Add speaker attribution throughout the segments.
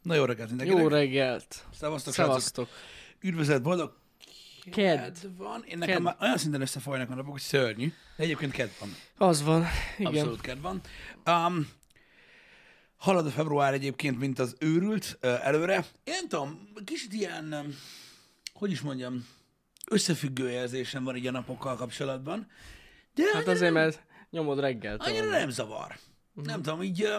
Speaker 1: Na jó reggelt mindenkinek.
Speaker 2: Jó reggelt.
Speaker 1: Szevasztok, srácok.
Speaker 2: Szevasztok.
Speaker 1: Üdvözlet, boldog
Speaker 2: Kedd.
Speaker 1: van. Én nekem már olyan szinten összefolynak a napok, hogy szörnyű. De egyébként kedd van.
Speaker 2: Az van, igen.
Speaker 1: Abszolút kedd van. Halad a február egyébként, mint az őrült előre. Én nem tudom, kicsit ilyen, hogy is mondjam, összefüggő érzésem van így a napokkal kapcsolatban. De
Speaker 2: Hát azért, mert nyomod reggelt.
Speaker 1: annyira nem zavar. Nem tudom, így,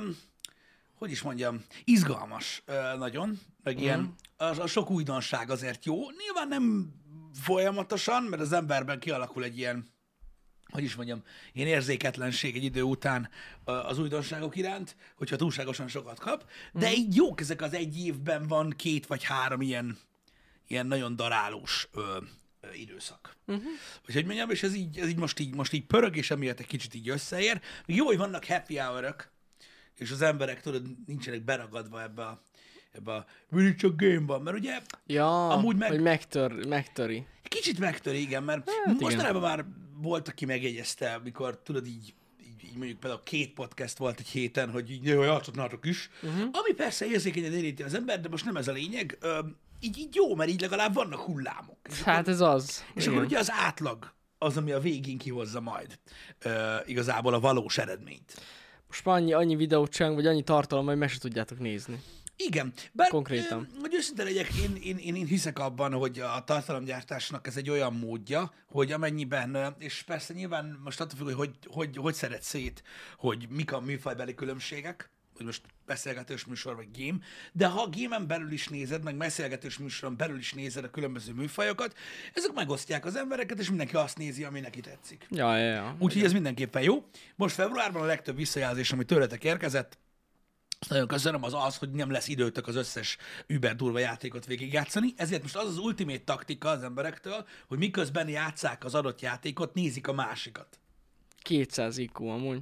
Speaker 1: hogy is mondjam, izgalmas nagyon, meg ilyen, a sok újdonság azért jó. Nyilván nem folyamatosan, mert az emberben kialakul egy ilyen, hogy is mondjam, ilyen érzéketlenség egy idő után az újdonságok iránt, hogyha túlságosan sokat kap, de így jók ezek az egy évben van 2 vagy 3 ilyen nagyon darálós időszak. Úgyhogy mondjam, és ez így most így pörög, és emiatt egy kicsit így összeér. Még jó, hogy vannak happy hour-ök, és az emberek, tudod, nincsenek beragadva ebbe a mindig csak game van, mert ugye
Speaker 2: Ja,
Speaker 1: amúgy
Speaker 2: hogy megtöri.
Speaker 1: kicsit megtöri, igen, mert
Speaker 2: Hát
Speaker 1: mostanában már volt, aki megjegyezte, amikor tudod így mondjuk például 2 podcast volt egy héten, hogy így jó, játszhatnátok is, ami persze érzékenyen érinti az ember, de most nem ez a lényeg, így jó, mert így legalább vannak hullámok.
Speaker 2: Hát ez az.
Speaker 1: És akkor ugye az átlag az, ami a végén kihozza majd igazából a valós eredményt.
Speaker 2: Most már annyi videót csinálunk, vagy annyi tartalom, hogy meg se tudjátok nézni.
Speaker 1: Igen, bár
Speaker 2: Konkrétan.
Speaker 1: hogy őszinte legyek, én hiszek abban, hogy a tartalomgyártásnak ez egy olyan módja, hogy amennyiben, és persze nyilván most attól függ, hogy szeded szét, hogy mik a műfajbeli különbségek, hogy most beszélgetős műsor vagy game, de ha a gémen belül is nézed, meg beszélgetős műsoron belül is nézed a különböző műfajokat, ezek megosztják az embereket, és mindenki azt nézi, ami neki tetszik.
Speaker 2: Ja.
Speaker 1: Úgyhogy ez mindenképpen jó. Most februárban a legtöbb visszajelzés, ami tőletek érkezett, azt nagyon köszönöm, az, hogy nem lesz időtök az összes über durva játékot végigjátszani, ezért most az ultimate taktika az emberektől, hogy miközben játsszák az adott játékot, nézik a másikat.
Speaker 2: 200 IQ amúgy.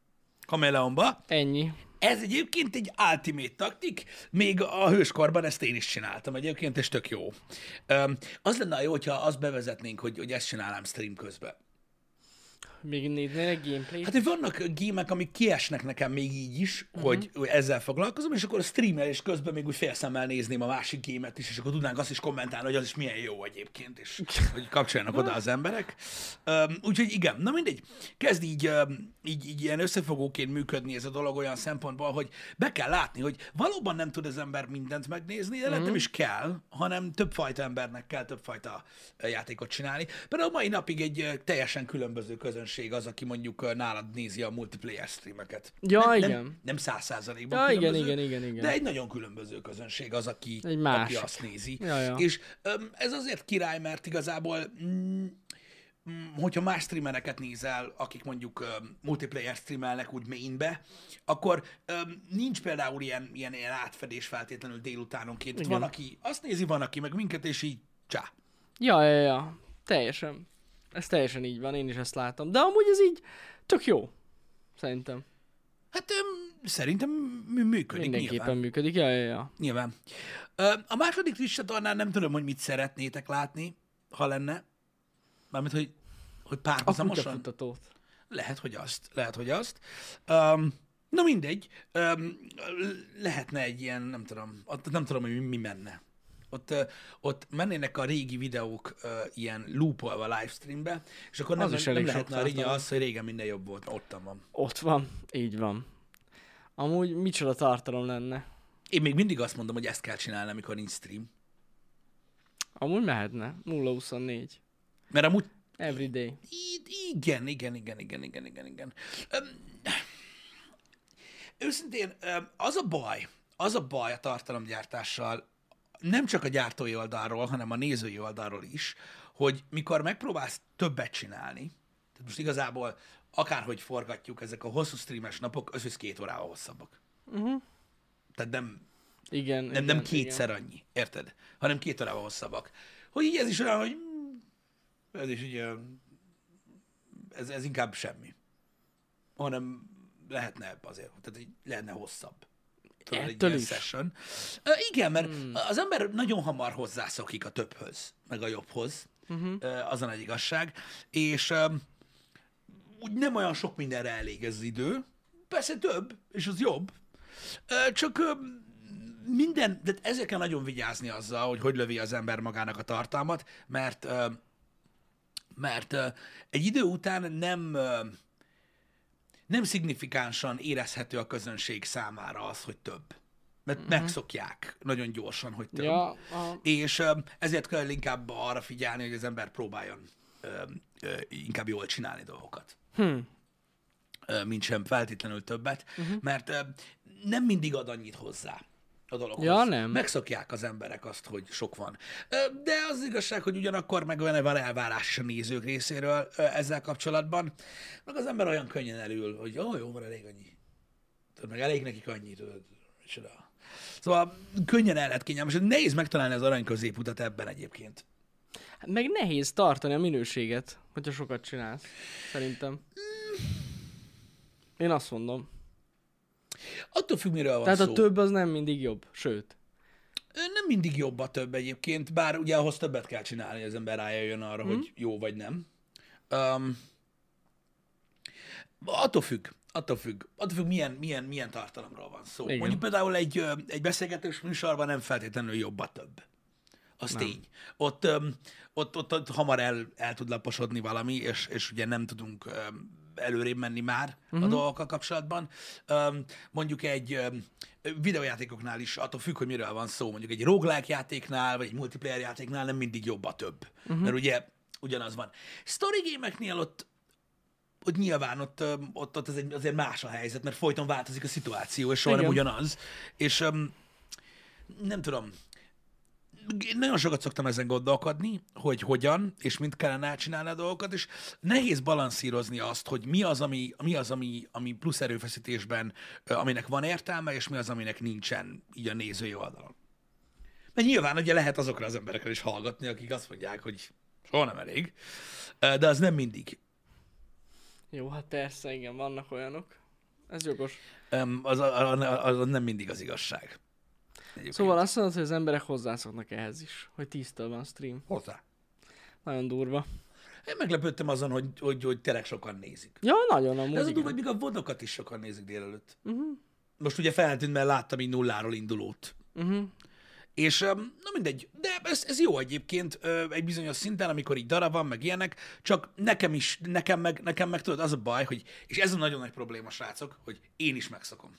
Speaker 1: Kameleonba.
Speaker 2: Ennyi.
Speaker 1: Ez egyébként egy ultimate taktik, még a hőskorban ezt én is csináltam egyébként, és tök jó. Az lenne jó, hogyha azt bevezetnénk, hogy ezt csinálám stream közben.
Speaker 2: Még néznének gameplayt?
Speaker 1: Hát, hogy vannak gémek, amik kiesnek nekem még így is, hogy ezzel foglalkozom, és akkor a streamelés közben még úgy félszemmel nézném a másik gémet is, és akkor tudnánk azt is kommentálni, hogy az is milyen jó egyébként, és hogy kapcsoljanak oda az emberek. Úgyhogy igen, na mindegy, kezd így ilyen összefogóként működni ez a dolog olyan szempontból, hogy be kell látni, hogy valóban nem tud az ember mindent megnézni, de nem is kell, hanem többfajta embernek kell többfajta játékot csinálni. Például mai napig egy teljesen különböző közönség az, aki mondjuk nálad nézi a multiplayer streameket.
Speaker 2: Ja,
Speaker 1: Nem
Speaker 2: igen.
Speaker 1: 100%-ban
Speaker 2: Ja,
Speaker 1: különböző,
Speaker 2: igen.
Speaker 1: de egy nagyon különböző közönség az, aki azt nézi.
Speaker 2: Ja.
Speaker 1: És ez azért király, mert igazából hogyha más streamereket nézel, akik mondjuk multiplayer streamelnek úgy mainbe, akkor nincs például ilyen átfedés feltétlenül délutánonként.
Speaker 2: Igen.
Speaker 1: Van, aki azt nézi, van, aki meg minket, és így csá.
Speaker 2: Ja. Teljesen. Ez teljesen így van, én is ezt látom. De amúgy ez így tök jó. Szerintem.
Speaker 1: Hát szerintem működik.
Speaker 2: Mindenképpen
Speaker 1: nyilván.
Speaker 2: működik. Ja.
Speaker 1: Nyilván. A második Twitch csatornán nem tudom, hogy mit szeretnétek látni, ha lenne. Mármint, hogy
Speaker 2: A
Speaker 1: párhuzamosan.
Speaker 2: kutyafutatót.
Speaker 1: Lehet, hogy azt. Na mindegy. Lehetne egy ilyen, nem tudom, hogy mi menne. Ott mennének a régi videók ilyen loopolva livestreambe, és akkor nem lehetne a rinya az, hogy régen minden jobb volt. Ottan van.
Speaker 2: Ott van, így van. Amúgy micsoda tartalom lenne.
Speaker 1: Én még mindig azt mondom, hogy ezt kell csinálni, amikor nincs stream.
Speaker 2: Amúgy mehetne. 0-24.
Speaker 1: Mert amúgy
Speaker 2: Everyday.
Speaker 1: Igen. Őszintén, az a baj a tartalomgyártással, nem csak a gyártói oldalról, hanem a nézői oldalról is, hogy mikor megpróbálsz többet csinálni, tehát most igazából akárhogy forgatjuk, ezek a hosszú streames napok, az 2 órával hosszabbak. Tehát nem kétszer annyi, érted? Hanem 2 órával hosszabbak. Hogy így ez is olyan, hogy ez is így, ez inkább semmi. Hanem lehetne azért, tehát így lehetne hosszabb. Tudod, egy ilyen session. Igen, mert az ember nagyon hamar hozzászokik a többhöz, meg a jobbhoz. Az a nagy igazság. És úgy nem olyan sok mindenre elég ez az idő. Persze több, és az jobb. Csak de ezért kell nagyon vigyázni azzal, hogy lövi az ember magának a tartalmat, mert egy idő után nem szignifikánsan érezhető a közönség számára az, hogy több. Mert megszokják nagyon gyorsan, hogy több.
Speaker 2: Ja,
Speaker 1: És ezért kell inkább arra figyelni, hogy az ember próbáljon inkább jól csinálni dolgokat. Mint sem feltétlenül többet, mert nem mindig ad annyit hozzá a dologhoz.
Speaker 2: Ja, nem.
Speaker 1: Megszokják az emberek azt, hogy sok van. De az igazság, hogy ugyanakkor meg van elvárás is a nézők részéről ezzel kapcsolatban, meg az ember olyan könnyen elül, hogy jó, van elég annyi. Tudod, meg elég nekik annyi, tudod. Szóval könnyen el lehet kényelmes. Nehéz megtalálni az arany középutat ebben egyébként.
Speaker 2: meg nehéz tartani a minőséget, hogyha sokat csinálsz. Szerintem. Én azt mondom.
Speaker 1: Attól függ, miről van
Speaker 2: Tehát
Speaker 1: szó.
Speaker 2: a több az nem mindig jobb, sőt.
Speaker 1: Nem mindig jobb a több egyébként, bár ugye ahhoz többet kell csinálni, hogy az ember rájöjjön arra, hogy jó vagy nem. Attól függ, milyen tartalomról van szó.
Speaker 2: Igen.
Speaker 1: Mondjuk például egy beszélgetős műsorban nem feltétlenül jobb a több. Az
Speaker 2: Nem.
Speaker 1: tény. Ott hamar el tud laposodni valami, és ugye nem tudunk előrébb menni már a dolgokkal kapcsolatban. Mondjuk egy videójátékoknál is attól függ, hogy miről van szó. Mondjuk egy roguelike játéknál, vagy egy multiplayer játéknál nem mindig jobb a több. Mert ugye ugyanaz van. Story game-eknél ott nyilván ott azért más a helyzet, mert folyton változik a szituáció, és soha nem
Speaker 2: Igen.
Speaker 1: ugyanaz. És nem tudom, nagyon sokat szoktam ezen gondolkodni, hogy hogyan, és mint kellene elcsinálni a dolgokat, és nehéz balanszírozni azt, hogy mi az, ami plusz erőfeszítésben, aminek van értelme, és mi az, aminek nincsen így a nézői oldalon. Mert nyilván ugye lehet azokra az emberekre is hallgatni, akik azt mondják, hogy soha nem elég, de az nem mindig.
Speaker 2: Jó, hát persze, igen, vannak olyanok. Ez jogos.
Speaker 1: Az nem mindig az igazság. Egyébként.
Speaker 2: Szóval azt mondod, hogy az emberek hozzászoknak ehhez is, hogy 10-től van stream.
Speaker 1: Hozzá.
Speaker 2: Nagyon durva.
Speaker 1: Én meglepődtem azon, hogy tényleg sokan nézik.
Speaker 2: Ja, nagyon amúgy.
Speaker 1: De az a durva,
Speaker 2: igen.
Speaker 1: hogy még a vodokat is sokan nézik délelőtt. Most ugye feltűnt, mert láttam így nulláról indulót. És na mindegy, de ez jó egyébként egy bizonyos szinten, amikor így darab van, meg ilyenek, csak nekem meg tudod, az a baj, hogy, és ez a nagyon nagy probléma, srácok, hogy én is megszakom.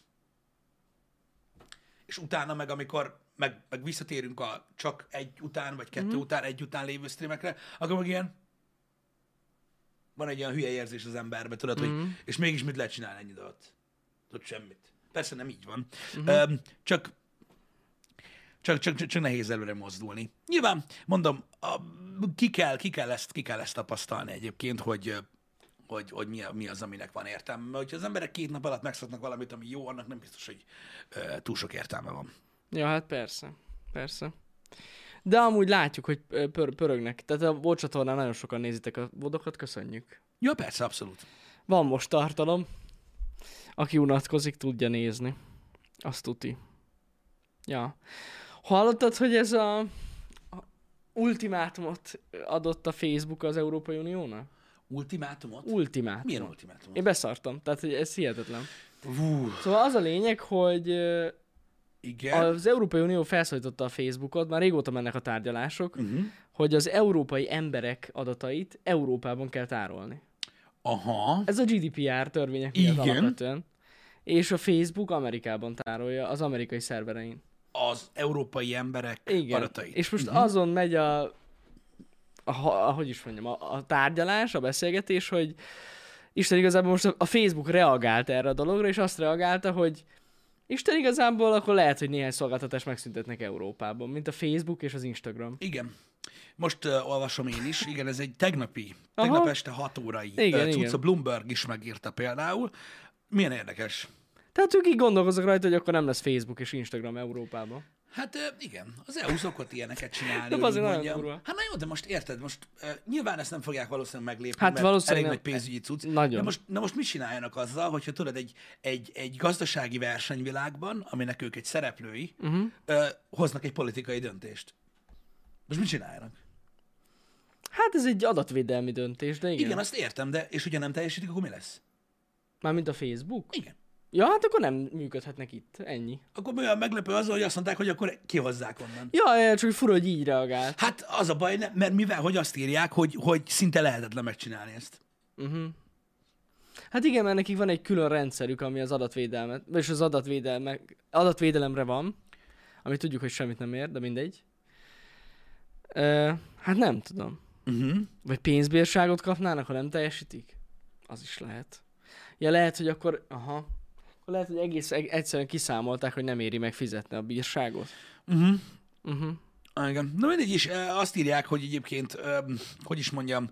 Speaker 1: És utána meg, amikor meg visszatérünk a csak egy után, vagy kettő után, egy után lévő streamekre, akkor meg ilyen van egy olyan hülye érzés az emberben, tudod, hogy és mégis mit lehet csinálni ennyi alatt? Tudod, semmit. Persze nem így van. Csak nehéz előre mozdulni. Nyilván, mondom, ki kell ezt tapasztalni egyébként, hogy mi az, aminek van értelme. Mert hogyha az emberek 2 nap alatt megszoknak valamit, ami jó, annak nem biztos, hogy túl sok értelme van.
Speaker 2: Ja, hát persze. Persze. De amúgy látjuk, hogy pörögnek. Tehát a VOD csatornán nagyon sokan nézitek a vodokat, köszönjük.
Speaker 1: Ja, persze, abszolút.
Speaker 2: Van most tartalom. Aki unatkozik, tudja nézni. Azt tuti. Ja. Hallottad, hogy ez a ultimátumot adott a Facebook az Európai Uniónak?
Speaker 1: Ultimátumot?
Speaker 2: Ultimátum.
Speaker 1: Milyen ultimátumot?
Speaker 2: Én beszartam, tehát hogy ez hihetetlen.
Speaker 1: Hú,
Speaker 2: Szóval az a lényeg, hogy
Speaker 1: igen.
Speaker 2: az Európai Unió felszólította a Facebookot, már régóta mennek a tárgyalások, hogy az európai emberek adatait Európában kell tárolni.
Speaker 1: Aha.
Speaker 2: Ez a GDPR törvények miatt
Speaker 1: Igen.
Speaker 2: alapvetően. És a Facebook Amerikában tárolja, az amerikai szerverein.
Speaker 1: Az európai emberek
Speaker 2: Igen.
Speaker 1: adatait.
Speaker 2: És most azon megy hogy is mondjam, a tárgyalás, a beszélgetés, hogy Isten igazából most a Facebook reagált erre a dologra, és azt reagálta, hogy Isten igazából akkor lehet, hogy néhány szolgáltatást megszüntetnek Európában, mint a Facebook és az Instagram.
Speaker 1: Igen. Most olvasom én is. Igen, ez egy tegnap
Speaker 2: Aha.
Speaker 1: este 6 órai
Speaker 2: Igen,
Speaker 1: cucc,
Speaker 2: igen.
Speaker 1: a Bloomberg is megírta például. Milyen érdekes.
Speaker 2: Tehát ők így gondolkoznak rajta, hogy akkor nem lesz Facebook és Instagram Európában.
Speaker 1: Hát igen, az EU szokott ilyeneket csinálni.
Speaker 2: De
Speaker 1: hogy
Speaker 2: azért
Speaker 1: így
Speaker 2: nagyon
Speaker 1: mondjam.
Speaker 2: durva.
Speaker 1: Hát na jó, de most érted, most nyilván ezt nem fogják valószínűleg meglépni,
Speaker 2: Hát
Speaker 1: mert
Speaker 2: valószínűleg
Speaker 1: elég
Speaker 2: nem.
Speaker 1: nagy pénzügyi cucc.
Speaker 2: Nagyon.
Speaker 1: De most mit csináljanak azzal, hogyha tudod, egy gazdasági versenyvilágban, aminek ők egy szereplői, hoznak egy politikai döntést. Most mit csináljanak?
Speaker 2: Hát ez egy adatvédelmi döntés, de igen.
Speaker 1: Igen, azt értem, de és ugye nem teljesítik, akkor mi lesz?
Speaker 2: Mármint a Facebook?
Speaker 1: Igen.
Speaker 2: Ja, hát akkor nem működhetnek itt. Ennyi.
Speaker 1: Akkor olyan meglepő az, hogy azt mondták, hogy akkor kihozzák onnan.
Speaker 2: Ja, csak fura, hogy így reagált.
Speaker 1: Hát az a baj, mert mivel, hogy azt írják, hogy szinte lehetetlen megcsinálni ezt.
Speaker 2: Hát igen, mert nekik van egy külön rendszerük, ami az adatvédelmet, és az adatvédelemre van, ami tudjuk, hogy semmit nem ér, de mindegy. Hát nem tudom. Vagy pénzbírságot kapnának, ha nem teljesítik? Az is lehet. Ja, lehet, hogy akkor lehet, hogy egész egyszerűen kiszámolták, hogy nem éri meg fizetni a bírságot.
Speaker 1: Igen. Na mindegy is, azt írják, hogy egyébként, hogy is mondjam,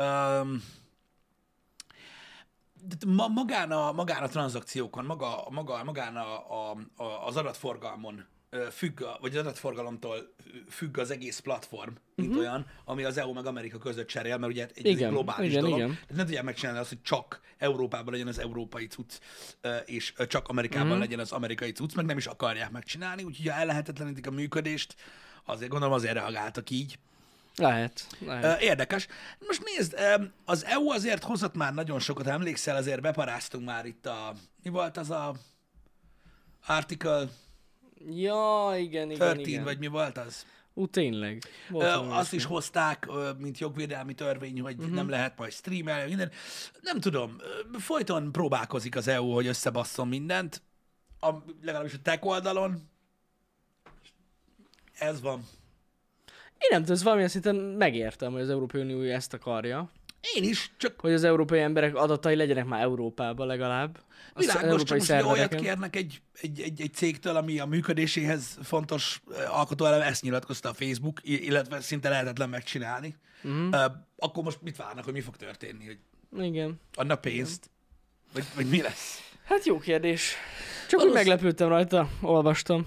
Speaker 1: magán a tranzakciókon, magán az adatforgalmon függ, vagy az adatforgalomtól függ az egész platform, mint olyan, ami az EU meg Amerika között cserél, mert ugye egy globális dolog. Tehát nem tudják megcsinálni azt, hogy csak Európában legyen az európai cucc, és csak Amerikában legyen az amerikai cucc, meg nem is akarják megcsinálni, úgyhogy ha ellehetetlenítik a működést, azért gondolom azért reagáltak így.
Speaker 2: Lehet.
Speaker 1: Érdekes. Most nézd, az EU azért hozott már nagyon sokat, emlékszel, azért beparáztunk már itt mi volt az a article
Speaker 2: Ja, igen.
Speaker 1: 13, vagy mi volt az?
Speaker 2: Tényleg.
Speaker 1: Azt is hozták, mint jogvédelmi törvény, hogy nem lehet majd streamelni, minden. Nem tudom, folyton próbálkozik az EU, hogy összebasszon mindent, legalábbis a tech oldalon. Ez van.
Speaker 2: Én nem tudom, ez valamilyen szinten megértem, hogy az Európai Unió ezt akarja.
Speaker 1: Én is, csak...
Speaker 2: Hogy az európai emberek adatai legyenek már Európában legalább.
Speaker 1: Világos, csak most olyat kérnek egy cégtől, ami a működéséhez fontos alkotóelem, ezt nyilatkozta a Facebook, illetve szinte lehetetlen megcsinálni. Akkor most mit várnak, hogy mi fog történni? Hogy
Speaker 2: igen.
Speaker 1: Adnak pénzt? Vagy mi lesz?
Speaker 2: Hát jó kérdés. Csak úgy meglepődtem rajta, olvastam.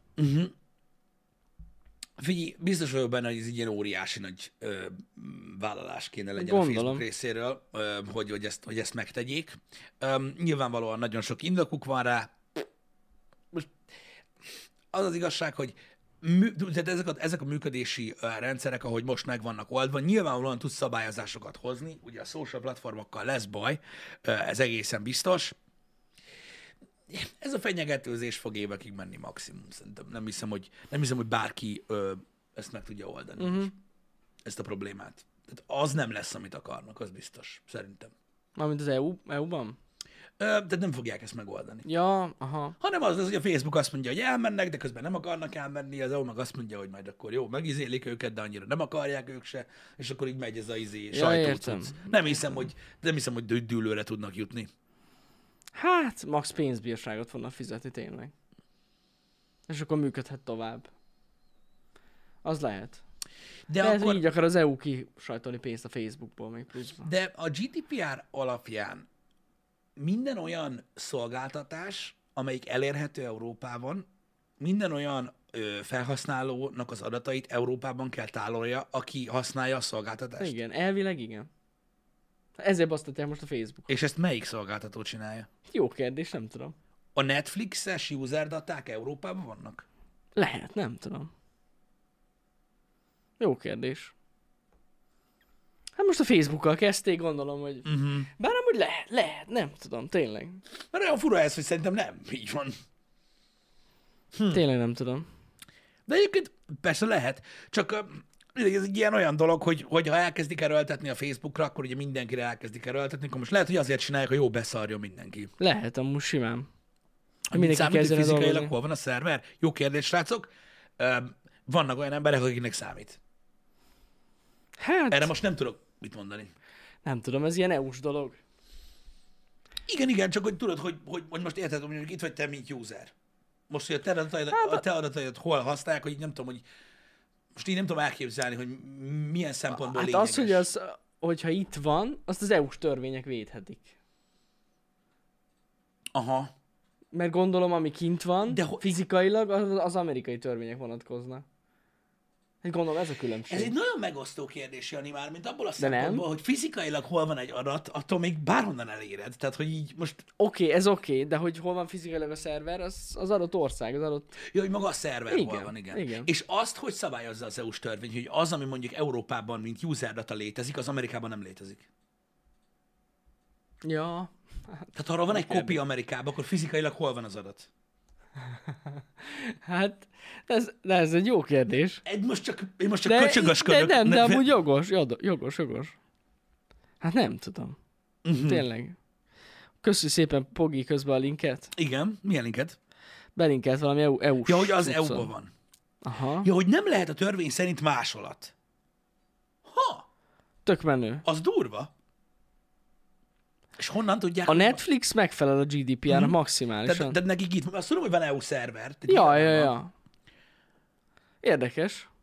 Speaker 1: Figyelj, biztos vagyok benne, hogy ez egy ilyen óriási nagy vállalás kéne legyen
Speaker 2: Gondolom.
Speaker 1: a Facebook részéről, hogy ezt megtegyék. Nyilvánvalóan nagyon sok indokuk van rá. Most az az igazság, hogy tehát ezek a működési rendszerek, ahogy most meg vannak oldva, nyilvánvalóan tudsz szabályozásokat hozni, ugye a social platformokkal lesz baj, ez egészen biztos. Ez a fenyegetőzés fog évekig menni maximum, szerintem. Nem hiszem, hogy bárki ezt meg tudja oldani, ezt a problémát. Tehát az nem lesz, amit akarnak, az biztos, szerintem.
Speaker 2: Mármint az EU-ban?
Speaker 1: Tehát nem fogják ezt megoldani.
Speaker 2: Ja, aha.
Speaker 1: Hanem az, hogy a Facebook azt mondja, hogy elmennek, de közben nem akarnak elmenni, az EU meg azt mondja, hogy majd akkor jó, megizélik őket, de annyira nem akarják ők se, és akkor így megy ez a sajtócucc. Nem hiszem, hogy dűlőre tudnak jutni.
Speaker 2: Hát, max pénzbírságot fognak fizetni tényleg. És akkor működhet tovább. Az lehet. De akkor... így akar az EU kisajtolni pénzt a Facebookból még pluszban.
Speaker 1: De a GDPR alapján minden olyan szolgáltatás, amelyik elérhető Európában, minden olyan felhasználónak az adatait Európában kell tárolja, aki használja a szolgáltatást.
Speaker 2: Igen, elvileg igen. Ezért basztatják most a Facebook.
Speaker 1: És ezt melyik szolgáltató csinálja?
Speaker 2: Jó kérdés, nem tudom.
Speaker 1: A Netflixes user daták Európában vannak?
Speaker 2: Lehet, nem tudom. Jó kérdés. Hát most a Facebookkal kezdték, gondolom, hogy... Bár amúgy lehet, nem tudom, tényleg.
Speaker 1: Mert olyan fura ez, hogy szerintem nem így van.
Speaker 2: Tényleg nem tudom.
Speaker 1: De egyébként persze lehet, csak ez egy ilyen olyan dolog, hogy ha elkezdik erőltetni a Facebookra, akkor ugye mindenkire elkezdik erőltetni, akkor most lehet, hogy azért csinálják, hogy jó beszarjon mindenki.
Speaker 2: Lehet, amúgy simán.
Speaker 1: Mindenki számít, hogy fizikailag hol van a szerver? Jó kérdés, srácok. Vannak olyan emberek, akiknek számít.
Speaker 2: Hát...
Speaker 1: Erre most nem tudok mit mondani.
Speaker 2: Nem tudom, ez ilyen EU-s dolog.
Speaker 1: Igen, csak hogy tudod, hogy most érted, hogy mondjuk itt vagy te, mint user. Most, hogy a te adataidat hol használják, hogy így nem tudom, hogy most így nem tudom elképzelni, hogy milyen szempontból lényeges.
Speaker 2: Az, hogyha itt van, azt az EU-s törvények védhetik.
Speaker 1: Aha.
Speaker 2: Mert gondolom, ami kint van, de fizikailag az amerikai törvények vonatkoznak. Hát gondolom, ez a különbség.
Speaker 1: Ez egy nagyon megosztó kérdés, Jani, már, mint abból a szempontból, hogy fizikailag hol van egy adat, attól még bárhonnan eléred. Tehát, hogy így most...
Speaker 2: Oké, de hogy hol van fizikailag a szerver, az adott ország, az adott...
Speaker 1: Ja, hogy maga a szerver hol van, igen. És azt, hogy szabályozza az EU-s törvény, hogy az, ami mondjuk Európában, mint user data létezik, az Amerikában nem létezik.
Speaker 2: Ja.
Speaker 1: Tehát ha arra van egy kopi Amerikában, akkor fizikailag hol van az adat?
Speaker 2: Hát, ez egy jó kérdés.
Speaker 1: Én most csak köcsögösködök.
Speaker 2: De nem, de amúgy jogos. Hát nem tudom. Tényleg. Köszi szépen, Pogi, közben a linket.
Speaker 1: Igen, milyen linket?
Speaker 2: Belinkelt valami EU-s.
Speaker 1: Ja, hogy az
Speaker 2: cuccon.
Speaker 1: EU-ban van.
Speaker 2: Aha.
Speaker 1: Ja, hogy nem lehet a törvény szerint másolat.
Speaker 2: Tök menő.
Speaker 1: Az durva. És honnan tudják?
Speaker 2: A Netflix megfelel a GDPR-nak maximálisan.
Speaker 1: De nekik itt, azt tudom, hogy van EU szerver.
Speaker 2: Ja. Érdekes.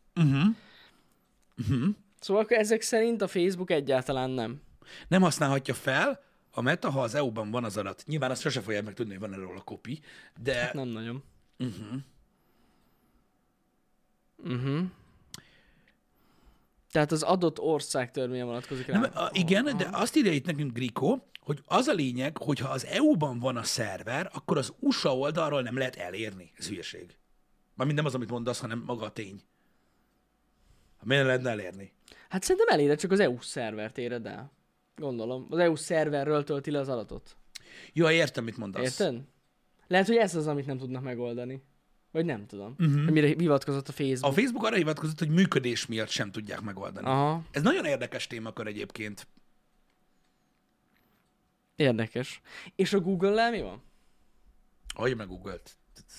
Speaker 2: Szóval akkor ezek szerint a Facebook egyáltalán nem.
Speaker 1: Nem használhatja fel a Meta, ha az EU-ban van az adat. Nyilván azt sose fogják meg tudni, hogy van erről a kopi, de...
Speaker 2: Nem nagyon. Tehát az adott ország törvénye vonatkozik rá.
Speaker 1: Nem, igen, de azt írja itt nekünk Griko, hogy az a lényeg, hogy ha az EU-ban van a szerver, akkor az USA oldalról nem lehet elérni. Ez hülyeség. Mármint nem az, amit mondasz, hanem maga a tény. Miért lehetne elérni?
Speaker 2: Hát szerintem eléred, csak az EU szervert éred el. Gondolom. Az EU szerverről tölti le az adatot.
Speaker 1: Jó, értem, mit mondasz.
Speaker 2: Érted? Lehet, hogy ez az, amit nem tudnak megoldani. Vagy nem tudom. Mire hivatkozott a Facebook.
Speaker 1: A Facebook arra hivatkozott, hogy működés miatt sem tudják megoldani.
Speaker 2: Aha.
Speaker 1: Ez nagyon érdekes témakör egyébként.
Speaker 2: Érdekes. És a Google-lel mi van?
Speaker 1: Hogy meg Google-t.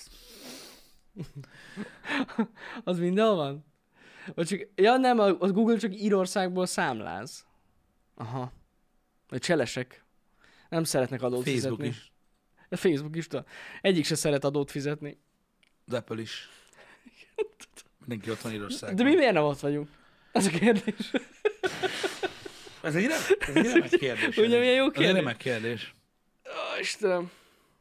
Speaker 2: Az mindenhol van? Vagy csak... Ja nem, a Google csak Írországból számláz. Aha. Vagy cselesek. Nem szeretnek adót
Speaker 1: Facebook
Speaker 2: fizetni.
Speaker 1: is.
Speaker 2: A Facebook is. Egyik se szeret adót fizetni.
Speaker 1: Az Apple is. Mindenki ott van Írországban.
Speaker 2: De mi miért nem ott vagyunk? Az a kérdés.
Speaker 1: Ez egy remek kérdés.
Speaker 2: Ugye milyen jó kérdés?
Speaker 1: Ez egy remek kérdés.
Speaker 2: Istenem.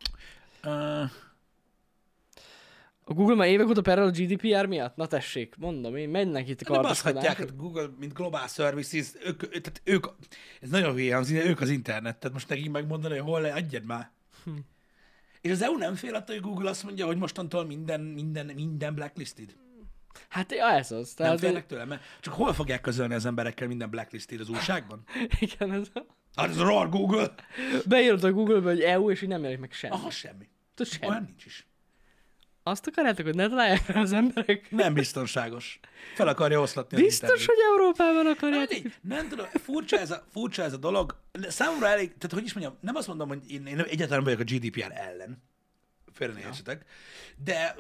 Speaker 2: A Google már évek óta perel a GDPR miatt? Na tessék, mondom én, mennek itt a kardoskodások.
Speaker 1: Baszhatják, hát Google, mint Global Services, ők, ez nagyon hülye hangzik, ők az internet, tehát most nekik megmondani, hogy hol adjad már. És az EU nem fél attól, hogy Google azt mondja, hogy mostantól minden blacklisted?
Speaker 2: Hát ja, ez az.
Speaker 1: Tehát, nem félnek tőle, mert csak hol fogják közölni az emberekkel minden blacklisted az újságban?
Speaker 2: Igen, ez a...
Speaker 1: Hát ez a Google.
Speaker 2: Beírod a Google-be, hogy EU, és így nem jelenik meg semmi.
Speaker 1: Aha, semmi.
Speaker 2: Semmi.
Speaker 1: Olyan nincs is.
Speaker 2: Azt akarjátok, hogy ne találják rá az emberek?
Speaker 1: Nem biztonságos. Fel akarja oszlatni az
Speaker 2: Biztos,
Speaker 1: internet.
Speaker 2: hogy Európában akarjátok?
Speaker 1: Nem tudom, furcsa ez a dolog. Számomra elég, tehát hogy is mondjam, nem azt mondom, hogy én egyáltalán vagyok a GDPR ellen. Félre ne értsetek. De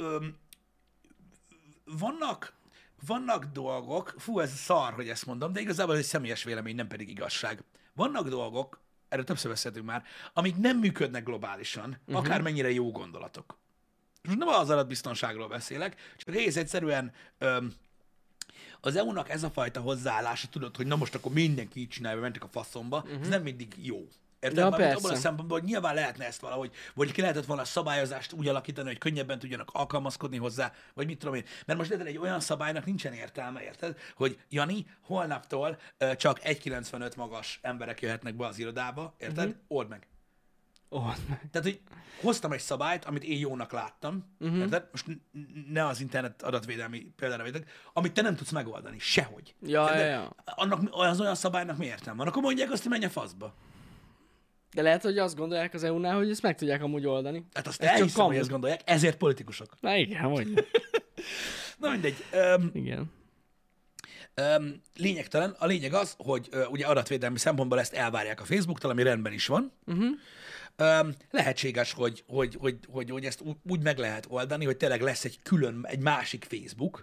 Speaker 1: vannak dolgok, ez szar, hogy ezt mondom, de igazából ez egy személyes vélemény, nem pedig igazság. Vannak dolgok, erről többször beszéltünk már, amik nem működnek globálisan, akármennyire jó gondolatok. Most nem az adatbiztonságról beszélek, csak egész egyszerűen az EU-nak ez a fajta hozzáállása, tudod, hogy na most akkor mindenki így csinálja, mentek a faszomba, ez nem mindig jó. Érted?
Speaker 2: Ja,
Speaker 1: Mármint abban a
Speaker 2: persze.
Speaker 1: szempontból, hogy nyilván lehetne ezt valahogy, vagy ki lehetett volna a szabályozást úgy alakítani, hogy könnyebben tudjanak alkalmazkodni hozzá, vagy mit tudom én. Mert most érted, egy olyan szabálynak nincsen értelme, érted? Hogy Jani, holnaptól csak 1,95 magas emberek jöhetnek be az irodába, érted? Old meg. Tehát, hogy hoztam egy szabályt, amit én jónak láttam, érted? Most ne az internet adatvédelmi példára védek, amit te nem tudsz megoldani. Sehogy.
Speaker 2: Ja.
Speaker 1: Annak, az olyan szabálynak mi értelme van? Akkor mondják azt, hogy menj a faszba.
Speaker 2: De lehet, hogy azt gondolják az EU-nál, hogy ezt meg tudják amúgy oldani.
Speaker 1: Hát azt
Speaker 2: Ez csak
Speaker 1: elhiszem, hogy
Speaker 2: kamu.
Speaker 1: ezt gondolják, ezért politikusok.
Speaker 2: Na igen, vagy.
Speaker 1: Na mindegy.
Speaker 2: Igen.
Speaker 1: Lényegtelen. A lényeg az, hogy ugye adatvédelmi szempontból ezt elvárják a Facebooktól, ami rendben is van. Lehetséges, hogy ezt úgy meg lehet oldani, hogy tényleg lesz egy másik Facebook,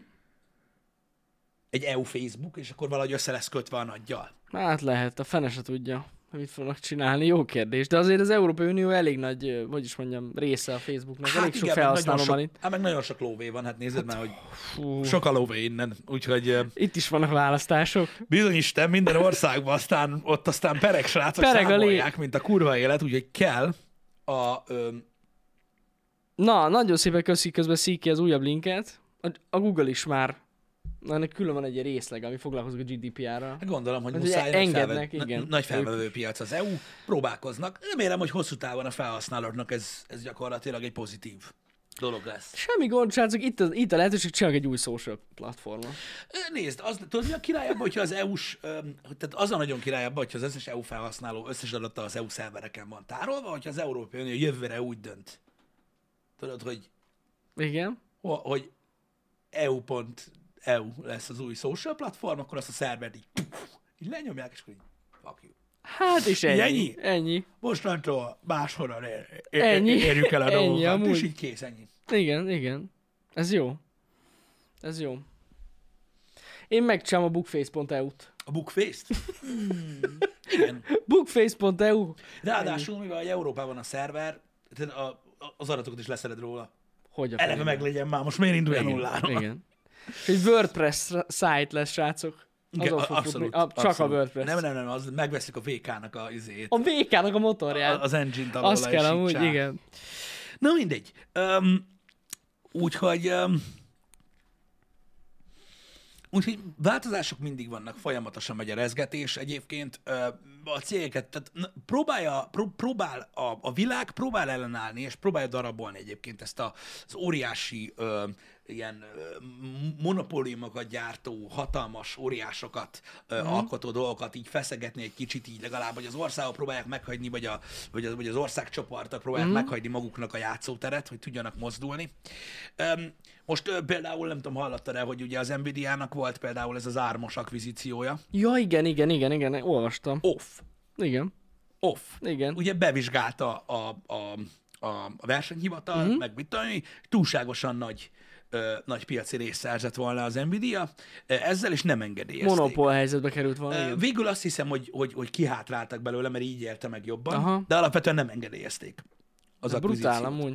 Speaker 1: egy EU Facebook, és akkor valahogy össze lesz kötve a nagyjal.
Speaker 2: Hát lehet, a fene se tudja, hogy mit fognak csinálni. Jó kérdés. De azért az Európai Unió elég nagy, hogy is mondjam, része a Facebooknak. Elég sok felhasználó van itt.
Speaker 1: Hát meg nagyon sok lóvé van, hát nézed már, hogy sok a lóvé innen. Úgyhogy
Speaker 2: itt is vannak választások.
Speaker 1: bizony Isten, minden országban aztán pereg srácok számolják, mint a kurva élet, úgyhogy kell
Speaker 2: Na, nagyon szépen köszi közben Sziki az újabb linket. A Google is már. Ennek külön van egy részleg, ami foglalkozik a GDPR-ral.
Speaker 1: Gondolom, hogy
Speaker 2: Hát,
Speaker 1: muszáj,
Speaker 2: engednek, igen.
Speaker 1: nagy felvevő piac az EU, próbálkoznak. Remélem, hogy hosszú távon a felhasználóknak ez gyakorlatilag egy pozitív dolog lesz.
Speaker 2: Semmi gond, srácok, itt a lehetőség, csinálok egy új social platformot.
Speaker 1: Nézd, tudod, mi a királyabban, hogyha az EU-s, tehát az a nagyon királyabban, hogyha az összes EU felhasználó összes adata az EU szervereken van tárolva, hogyha az Európai Unió jövőre úgy dönt, tudod, hogy
Speaker 2: Igen.
Speaker 1: hogy EU.eu lesz az új social platform, akkor azt a szervert így lenyomják, és akkor így fuck you.
Speaker 2: Hát és ennyi. Ennyi.
Speaker 1: Mostantól máshonnan
Speaker 2: Ennyi.
Speaker 1: érjük el a
Speaker 2: Ennyi,
Speaker 1: dolgokat,
Speaker 2: amúgy.
Speaker 1: és így kész, ennyi.
Speaker 2: Igen. Ez jó. Ez jó. Én megcsinálom a bookface.eu-t.
Speaker 1: A bookface-t? Igen.
Speaker 2: Bookface.eu.
Speaker 1: Ráadásul, mivel Európában a szerver, tehát az adatokat is leszeded róla.
Speaker 2: Hogy a
Speaker 1: Eleve
Speaker 2: fenébe?
Speaker 1: meg legyen már, most miért indulja nullára?
Speaker 2: Igen. És egy WordPress site lesz, srácok.
Speaker 1: Igen,
Speaker 2: Azon fog
Speaker 1: abszolút,
Speaker 2: futni. Csak
Speaker 1: abszolút.
Speaker 2: a WordPress.
Speaker 1: Nem, az megveszik a VK-nak a izét.
Speaker 2: A VK-nak a motorját.
Speaker 1: Az engine-t alól
Speaker 2: Azt kell amúgy, igen.
Speaker 1: Na mindegy. Úgyhogy változások mindig vannak, folyamatosan megy a rezgetés egyébként. A cégeket, tehát a világ próbál ellenállni, és próbálja darabolni egyébként ezt az óriási ilyen monopóliumokat gyártó, hatalmas óriásokat alkotó dolgokat így feszegetni egy kicsit így legalább, hogy az országok próbálják meghagyni, vagy az országcsoportok próbálják meghagyni maguknak a játszóteret, hogy tudjanak mozdulni. Most például nem tudom, hallottad-e, hogy ugye az Nvidia-nak volt például ez az ARMOS akvizíciója.
Speaker 2: Ja, igen, olvastam. Igen. Igen.
Speaker 1: Ugye bevizsgálta a versenyhivatal, meg mit tudom, túlságosan nagy piaci részt szerzett volna az Nvidia, ezzel is nem engedélyezték.
Speaker 2: Monopól helyzetbe került volna. Igen.
Speaker 1: Végül azt hiszem, hogy kihátráltak belőle, mert így élte meg jobban,
Speaker 2: Aha.
Speaker 1: de alapvetően nem engedélyezték az akvizíciót.
Speaker 2: Brutál amúgy.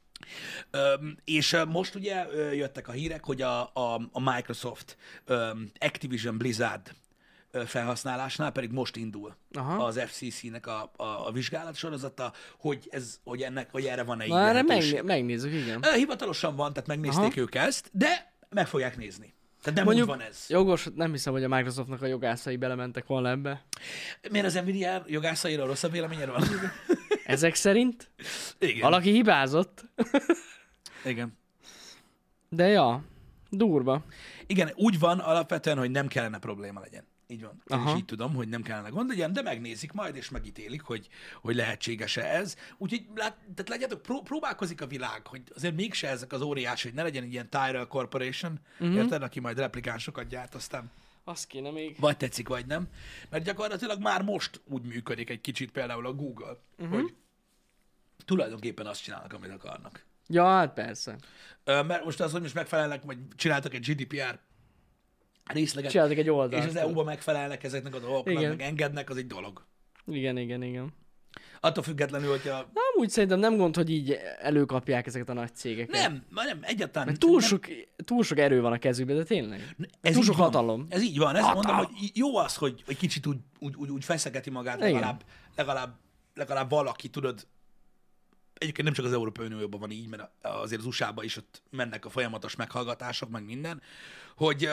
Speaker 1: És most ugye jöttek a hírek, hogy a Microsoft Activision Blizzard felhasználásnál pedig most indul az FCC-nek a vizsgálat sorozata, hogy erre van-e így
Speaker 2: Na, erre
Speaker 1: lehetőség.
Speaker 2: megnézzük, igen.
Speaker 1: Hivatalosan van, tehát megnézték ők ezt, de meg fogják nézni. Tehát nem
Speaker 2: Mondjuk,
Speaker 1: úgy van ez.
Speaker 2: Jogos, nem hiszem, hogy a Microsoftnak a jogászai belementek volna ebbe.
Speaker 1: Miért az Nvidia jogászairól rosszabb véleményed van?
Speaker 2: Ezek szerint
Speaker 1: Igen.
Speaker 2: valaki hibázott.
Speaker 1: Igen.
Speaker 2: De ja, durva.
Speaker 1: Igen, úgy van alapvetően, hogy nem kellene probléma legyen. Így van. Én
Speaker 2: Aha.
Speaker 1: is így tudom, hogy nem kellene gond legyen, de megnézik majd, és megítélik, hogy lehetséges-e ez. Úgyhogy tehát legyetek, próbálkozik a világ, hogy azért mégse ezek az óriás, hogy ne legyen egy ilyen Tyrell Corporation, érted, aki majd replikánsokat gyárt, aztán
Speaker 2: Azt kéne még.
Speaker 1: vagy tetszik, vagy nem. Mert gyakorlatilag már most úgy működik egy kicsit például a Google, hogy tulajdonképpen azt csinálnak, amit akarnak.
Speaker 2: Ja, hát persze.
Speaker 1: Mert most az, hogy most megfelelnek, vagy csináltak egy GDPR részleget,
Speaker 2: Csináltak egy oldalt.
Speaker 1: és az EU-ban megfelelnek ezeknek a dolgoknak,
Speaker 2: Igen.
Speaker 1: meg engednek, az egy dolog.
Speaker 2: Igen.
Speaker 1: Attól függetlenül, hogyha...
Speaker 2: Na, amúgy szerintem nem gond, hogy így előkapják ezeket a nagy cégeket.
Speaker 1: Nem, egyáltalán.
Speaker 2: Mert
Speaker 1: nem.
Speaker 2: túl sok erő van a kezükben, de tényleg.
Speaker 1: Ez
Speaker 2: túl
Speaker 1: így
Speaker 2: sok
Speaker 1: van.
Speaker 2: hatalom.
Speaker 1: Ez így van. Ezt
Speaker 2: Hatalom.
Speaker 1: mondom, hogy jó az, hogy kicsit úgy feszegeti magát,
Speaker 2: Igen.
Speaker 1: legalább valaki, tudod, egyébként nem csak az Európai Unióban van így, mert azért az USA-ban is ott mennek a folyamatos meghallgatások, meg minden, hogy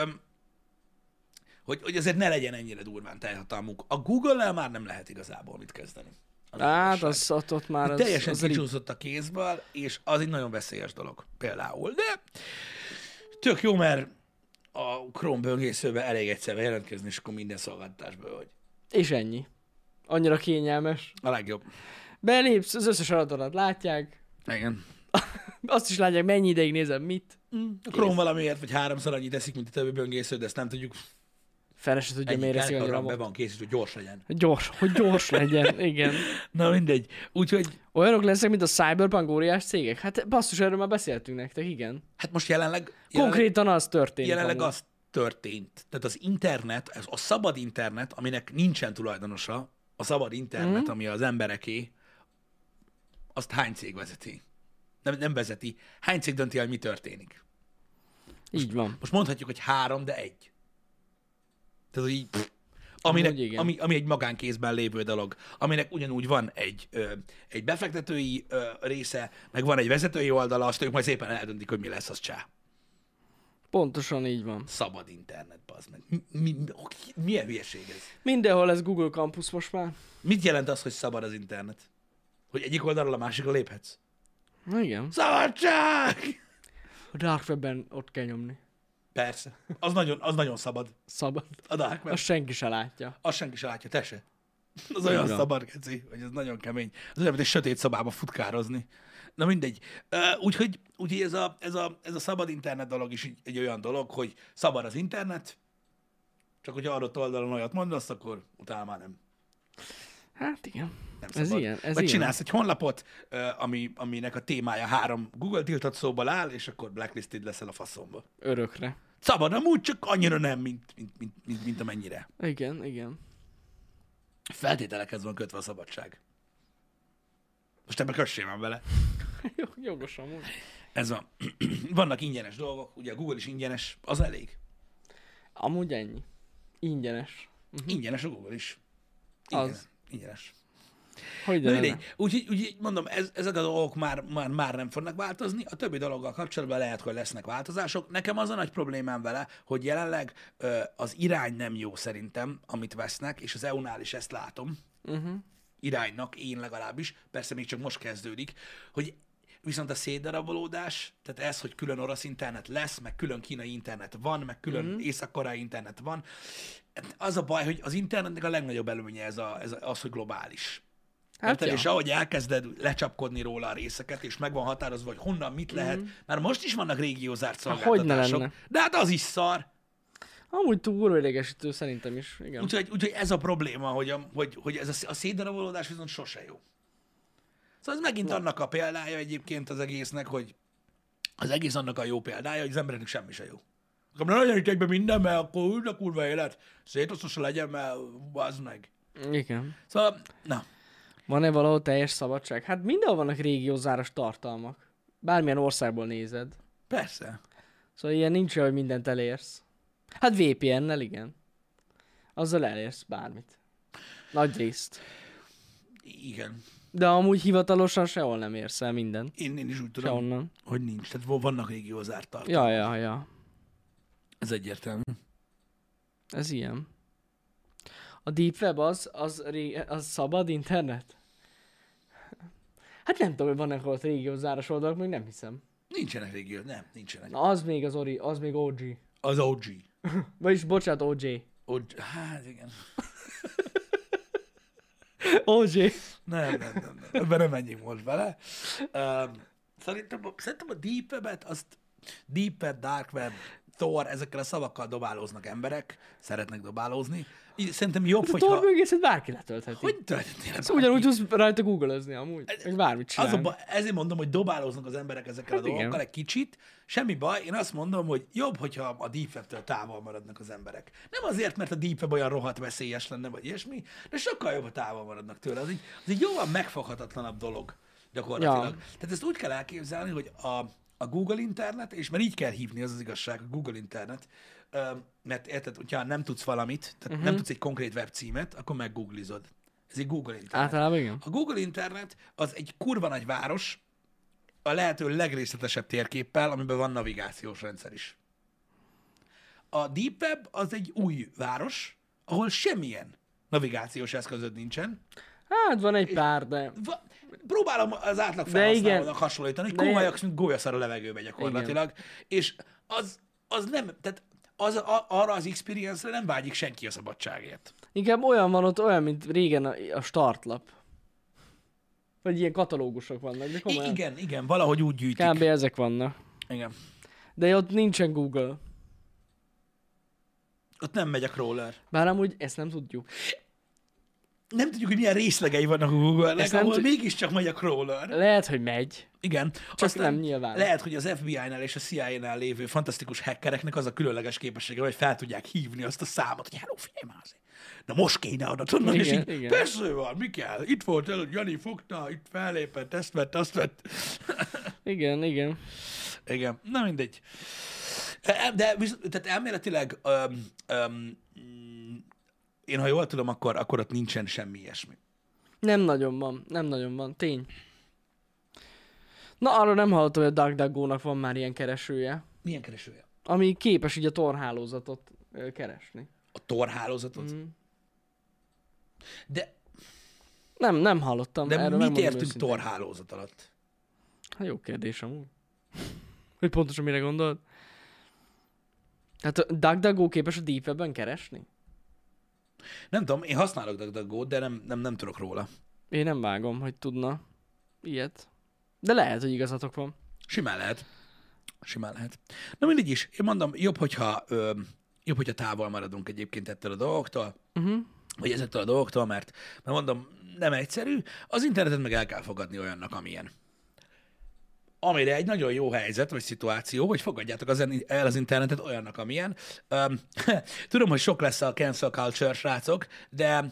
Speaker 1: azért ne legyen ennyire durván teljhatalmuk. A Google-nel már nem lehet igazából mit kezdeni.
Speaker 2: Hát, ott már az...
Speaker 1: Teljesen
Speaker 2: az
Speaker 1: kicsúszott a kézből, és az egy nagyon veszélyes dolog például. De tök jó, mert a Chrome böngészőben elég egyszerűen jelentkezni, és akkor minden szolgáltatásból vagy.
Speaker 2: És ennyi. Annyira kényelmes.
Speaker 1: A legjobb.
Speaker 2: Belépsz, az összes adatodat látják.
Speaker 1: Igen.
Speaker 2: Azt is látják, mennyi ideig nézem mit.
Speaker 1: A Chrome valamiért, vagy 3-szor annyit teszik, mint a többi böngésző, de ezt nem tudjuk.
Speaker 2: Fele se tudja, miért eszik annyira.
Speaker 1: Be van készítve, hogy gyors legyen.
Speaker 2: Hogy gyors legyen, igen.
Speaker 1: Na mindegy. Úgyhogy,
Speaker 2: Olyanok lesznek, mint a Cyberpunk óriás cégek? Hát basszus, erről már beszéltünk nektek, igen.
Speaker 1: hát most jelenleg
Speaker 2: Konkrétan az történt.
Speaker 1: jelenleg
Speaker 2: amúgy.
Speaker 1: az történt. Tehát az internet, ez a szabad internet, aminek nincsen tulajdonosa, a szabad internet, ami az embereké, azt hány cég vezeti? Nem vezeti. Hány cég dönti el, mi történik?
Speaker 2: Így van.
Speaker 1: Most mondhatjuk, hogy 3, de 1. Tehát, hogy így,
Speaker 2: Amúgy igen.
Speaker 1: ami egy magánkézben lévő dolog, aminek ugyanúgy van egy befektetői része, meg van egy vezetői oldala, azt ők majd szépen eldöntik, hogy mi lesz, az csá.
Speaker 2: Pontosan így van.
Speaker 1: Szabad internet, bazd meg. Milyen hülyeség ez?
Speaker 2: Mindenhol ez Google Campus most már.
Speaker 1: Mit jelent az, hogy szabad az internet? Hogy egyik oldalról a másikra léphetsz?
Speaker 2: Igen.
Speaker 1: Szabadság!
Speaker 2: A Dark Webben ott kell nyomni.
Speaker 1: Persze. Az nagyon szabad.
Speaker 2: Szabad.
Speaker 1: A Dark Web.
Speaker 2: Azt senki se látja.
Speaker 1: Azt senki se látja, te se. Az olyan
Speaker 2: Igen.
Speaker 1: szabad, keci, hogy ez nagyon kemény. Az olyan, mint egy sötét szobába futkározni. Na mindegy. Úgyhogy ez a szabad internet dolog is egy olyan dolog, hogy szabad az internet, csak hogyha adott oldalon olyat mondasz, akkor utána már nem.
Speaker 2: Hát igen.
Speaker 1: Nem
Speaker 2: Ez
Speaker 1: szabad.
Speaker 2: ilyen, ez
Speaker 1: Vagy
Speaker 2: ilyen.
Speaker 1: csinálsz egy honlapot, aminek a témája 3 Google tiltott szóból áll, és akkor blacklisted leszel a faszomba.
Speaker 2: Örökre.
Speaker 1: Szabad amúgy, csak annyira nem, mint amennyire.
Speaker 2: Igen, igen.
Speaker 1: Feltételekhez van kötve a szabadság. Most ebben kössé van vele.
Speaker 2: Jogos amúgy.
Speaker 1: Ez van. Vannak ingyenes dolgok, ugye a Google is ingyenes, az elég.
Speaker 2: Amúgy ennyi. Ingyenes.
Speaker 1: Ingyenes a Google is.
Speaker 2: Az.
Speaker 1: Ingyenes.
Speaker 2: Hogy
Speaker 1: Na
Speaker 2: de
Speaker 1: mindegy. Úgyhogy mondom, ezek a dolgok már nem fognak változni. A többi dologgal kapcsolatban lehet, hogy lesznek változások. Nekem az a nagy problémám vele, hogy jelenleg az irány nem jó szerintem, amit vesznek, és az EU-nál is ezt látom. Iránynak, én legalábbis, persze még csak most kezdődik, hogy viszont a szétdarabolódás, tehát ez, hogy külön orosz internet lesz, meg külön kínai internet van, meg külön észak-koreai internet van, az a baj, hogy az internetnek a legnagyobb előnye az, hogy globális.
Speaker 2: Hát ja.
Speaker 1: És ahogy elkezded lecsapkodni róla a részeket, és meg van határozva, hogy honnan mit lehet, már most is vannak régiózárt
Speaker 2: Hogyne
Speaker 1: szolgáltatások,
Speaker 2: lenne.
Speaker 1: de hát az is szar.
Speaker 2: Amúgy túl idegesítő szerintem is. Igen.
Speaker 1: Úgyhogy ez a probléma, hogy ez a szétdarabolódás viszont sose jó. Szóval ez megint annak a példája egyébként az egésznek, hogy az egész annak a jó példája, hogy az embereknek semmi se jó. Akkor ne legyen itt be minden, mert akkor úgy a kurva élet. Szétosztva legyen, mert az meg.
Speaker 2: Igen.
Speaker 1: Szóval, na.
Speaker 2: Van-e valahol teljes szabadság? Hát mindenhol vannak régiózáros tartalmak. Bármilyen országból nézed.
Speaker 1: Persze.
Speaker 2: Szóval ilyen nincs, hogy mindent elérsz. Hát VPN-nel igen. Azzal elérsz bármit. Nagy részt.
Speaker 1: Igen.
Speaker 2: De amúgy hivatalosan sehol nem érsz el minden.
Speaker 1: Én is úgy tudom,
Speaker 2: Sehonnan.
Speaker 1: hogy nincs. Tehát vannak régiózárt tartalmak.
Speaker 2: Ja.
Speaker 1: Ez egyértelmű.
Speaker 2: Ez ilyen. A Deep Web az szabad internet? Hát nem tudom, hogy vannak ott régiózáros oldalak, még nem hiszem.
Speaker 1: Nincsenek régió, nem, nincsenek.
Speaker 2: Na, az még az még OG.
Speaker 1: Az OG.
Speaker 2: Vagyis, bocsánat, OJ.
Speaker 1: Hát igen.
Speaker 2: OJ.
Speaker 1: Nem. Ebben nem menjünk most bele. Szerintem a Deep Web-et, azt Deep Web, Dark Web, Tor, ezekkel a szavakkal dobálóznak emberek, szeretnek dobálózni. Így szerintem jobb,
Speaker 2: A
Speaker 1: hogyha...
Speaker 2: Tor egészet bárki letöltheti.
Speaker 1: Hogy töltetnél?
Speaker 2: Szóval ugyanúgy tudsz rajta googlezni amúgy. Meg bármit csinálni.
Speaker 1: Ezért mondom, hogy dobálóznak az emberek ezekkel
Speaker 2: Hát
Speaker 1: a dolgokkal
Speaker 2: igen.
Speaker 1: egy kicsit. Semmi baj, én azt mondom, hogy jobb, hogyha a Deep Web-től távol maradnak az emberek. Nem azért, mert a Deep Web olyan rohadt veszélyes lenne, vagy ilyesmi, de sokkal jobb, ha távol maradnak tőle. Az egy jóval megfoghatatlanabb dolog gyakorlatilag.
Speaker 2: Ja.
Speaker 1: Tehát ezt úgy kell elképzelni, hogy a Google internet, és mert így kell hívni, az igazság, a Google internet, mert érted, hogyha nem tudsz valamit, tehát nem tudsz egy konkrét webcímet, akkor meggooglizod. Ez egy Google internet.
Speaker 2: Általában igen.
Speaker 1: A Google internet az egy kurva nagy város, a lehető legrészletesebb térképpel, amiben van navigációs rendszer is. A Deep Web az egy új város, ahol semmilyen navigációs eszközöd nincsen.
Speaker 2: Hát van egy pár, de...
Speaker 1: Próbálom az átlag
Speaker 2: De igen.
Speaker 1: felhasználónak hasonlítani, hogy
Speaker 2: De-
Speaker 1: komolyak, mint gólyaszar a levegőbe gyakorlatilag. És az nem, tehát arra az experience-re nem vágyik senki a szabadságért.
Speaker 2: Inkább olyan van ott, olyan, mint régen a startlap. Vagy ilyen katalógusok vannak, de komolyan.
Speaker 1: Igen, valahogy úgy gyűjtik.
Speaker 2: Kb. Ezek vannak.
Speaker 1: Igen.
Speaker 2: De ott nincsen Google.
Speaker 1: Ott nem megy a crawler.
Speaker 2: Bár amúgy ezt nem tudjuk.
Speaker 1: Nem tudjuk, hogy milyen részlegei vannak a Google-nek,
Speaker 2: Ezt nem
Speaker 1: ahol
Speaker 2: tud-
Speaker 1: mégiscsak megy a crawler.
Speaker 2: Lehet, hogy megy.
Speaker 1: Igen.
Speaker 2: Csak nem nyilván.
Speaker 1: Lehet, hogy az FBI-nál és a CIA-nál lévő fantasztikus hackereknek az a különleges képessége, hogy fel tudják hívni azt a számot, hogy hello, figyelj már azért. Na most kéne oda tudnod, és
Speaker 2: Igen,
Speaker 1: így,
Speaker 2: igen.
Speaker 1: persze van, mi kell? Itt volt előtt, Jani fogta, itt fellépett, ezt vett, azt vett.
Speaker 2: Igen.
Speaker 1: Igen, na mindegy. De tehát elméletileg én, ha jól tudom, akkor ott nincsen semmi ilyesmi.
Speaker 2: Nem nagyon van. Tény. Na, arról nem hallottam, hogy a DuckDuckGo-nak van már ilyen keresője,
Speaker 1: Milyen keresője?
Speaker 2: ami képes így a Tor hálózatot keresni.
Speaker 1: A Tor hálózatot? De
Speaker 2: Nem hallottam.
Speaker 1: De
Speaker 2: erről
Speaker 1: mit
Speaker 2: megmondom
Speaker 1: értünk
Speaker 2: őszintén.
Speaker 1: Tor hálózat alatt?
Speaker 2: Hát jó kérdés amúgy. Hogy pontosan mire gondolod? Hát a DuckDuckGo képes a Deep Webben keresni?
Speaker 1: Nem tudom, én használok DuckDuckGo-t, de nem tudok róla.
Speaker 2: Én nem vágom, hogy tudna ilyet. De lehet, hogy igazatok van.
Speaker 1: Simán lehet. Simán lehet. Na mindig is. Én mondom, jobb, hogyha távol maradunk egyébként ettől a dolgoktól, vagy ezektől a dolgoktól, mert mondom, nem egyszerű. Az internetet meg el kell fogadni olyannak, amilyen. Amire egy nagyon jó helyzet, vagy szituáció, hogy fogadjátok el az internetet olyannak, amilyen. Tudom, hogy sok lesz a cancel culture, srácok, de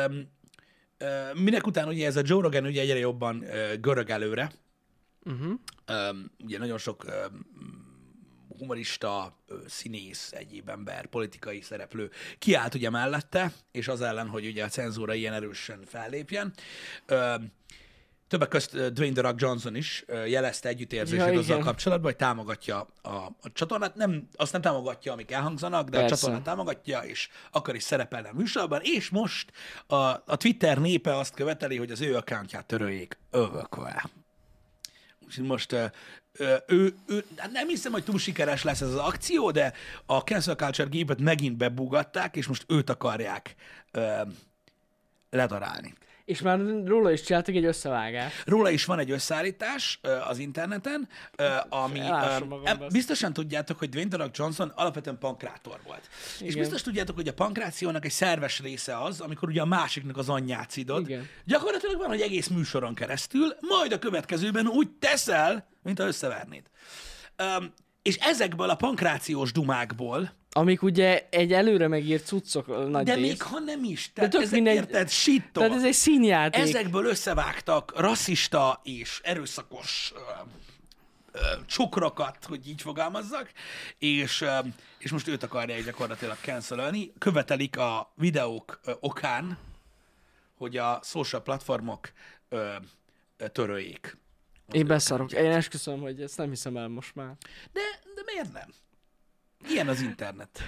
Speaker 1: minek után ugye ez a Joe Rogan ugye egyre jobban görög előre. Ugye nagyon sok humorista, színész, egyéb ember, politikai szereplő kiállt ugye mellette, és az ellen, hogy ugye a cenzúra ilyen erősen fellépjen. Többek közt Dwayne The Rock Johnson is jelezte együttérzését azzal kapcsolatban, hogy támogatja a csatornát. Azt nem támogatja, amik elhangzanak, de
Speaker 2: persze.
Speaker 1: a csatornát támogatja, és akar is szerepelni a műsorban, és most a Twitter népe azt követeli, hogy az ő accountját töröljék örökre. Úgyhogy most ő nem hiszem, hogy túl sikeres lesz ez az akció, de a cancel culture gépet megint bebugatták, és most őt akarják ledarálni.
Speaker 2: És már róla is csináltak egy összevágást.
Speaker 1: Róla is van egy összeállítás az interneten, ami biztosan tudjátok, hogy Dwayne The Rock Johnson alapvetően pankrátor volt. Igen. És biztos tudjátok, hogy a pankrációnak egy szerves része az, amikor ugye a másiknak az anyját szidod.
Speaker 2: Igen.
Speaker 1: Gyakorlatilag van, hogy egész műsoron keresztül, majd a következőben úgy teszel, mint ha összevernéd. És ezekből a pankrációs dumákból,
Speaker 2: amik ugye egy előre megírt cuccok nagy
Speaker 1: de
Speaker 2: rész.
Speaker 1: még ha nem is, tehát
Speaker 2: tök
Speaker 1: ezek
Speaker 2: mindegy,
Speaker 1: érted, shit-tol.
Speaker 2: Tehát ez egy színjáték.
Speaker 1: Ezekből összevágtak rasszista és erőszakos csokrokat, hogy így fogalmazzak, és most őt akarják gyakorlatilag cancelölni. Követelik a videók okán, hogy a social platformok töröljék.
Speaker 2: Én beszarok. Én esküszöm, hogy ezt nem hiszem el most már.
Speaker 1: De miért nem? Ilyen az internet.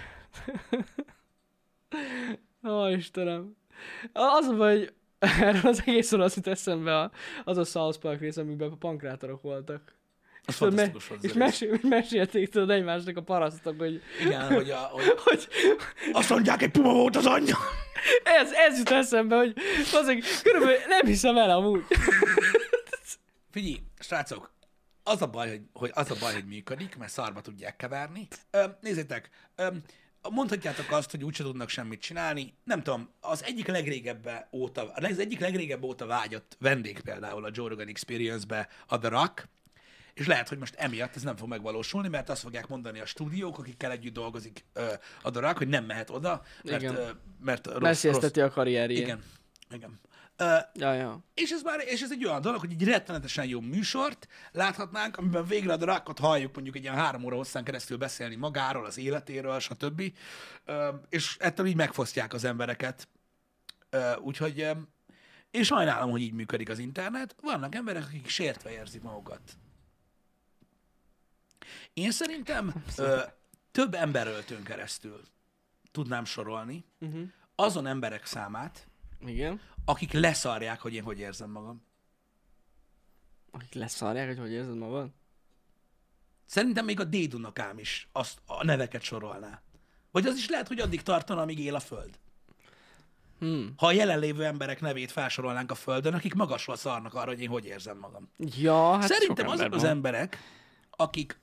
Speaker 2: Ó, Istenem. Az a baj, hogy erről az egészről azt jut eszembe az a South Park rész, amikben a pankrátorok voltak.
Speaker 1: Az fantasztikus volt.
Speaker 2: És mesélték tudod egymásnak a parasztok, hogy...
Speaker 1: Igen, hogy azt mondják, egy puma volt az anyja.
Speaker 2: Ez jut eszembe, hogy azért körülbelül nem hiszem el amúgy.
Speaker 1: Figyelj, srácok, az a baj, hogy működik, mert szarba tudják keverni. Nézzétek, mondhatjátok azt, hogy úgyse tudnak semmit csinálni. Nem tudom, az egyik legrégebb óta vágyott vendég például a Joe Rogan Experience-be a The Rock, és lehet, hogy most emiatt ez nem fog megvalósulni, mert azt fogják mondani a stúdiók, akikkel együtt dolgozik a The Rock, hogy nem mehet oda, mert rossz.
Speaker 2: Veszélyezteti a karrierjét.
Speaker 1: Igen.
Speaker 2: Ja.
Speaker 1: És ez egy olyan dolog, hogy egy rettenetesen jó műsort láthatnánk, amiben végre a The Rockot halljuk mondjuk egy ilyen 3 óra hosszán keresztül beszélni magáról, az életéről, stb. És ettől így megfosztják az embereket. Úgyhogy én sajnálom, hogy így működik az internet. Vannak emberek, akik sértve érzik magukat. Én szerintem több emberöltőn keresztül tudnám sorolni azon emberek számát,
Speaker 2: igen,
Speaker 1: akik leszarják, hogy én hogy érzem magam.
Speaker 2: Akik leszarják, hogy érzed magad?
Speaker 1: Szerintem még a dédunokám is azt a neveket sorolná. Vagy az is lehet, hogy addig tartana, amíg él a Föld. Ha a jelenlévő emberek nevét felsorolnánk a Földön, akik magasról szarnak arra, hogy én hogy érzem magam.
Speaker 2: Ja, hát
Speaker 1: szerintem azok az emberek, akik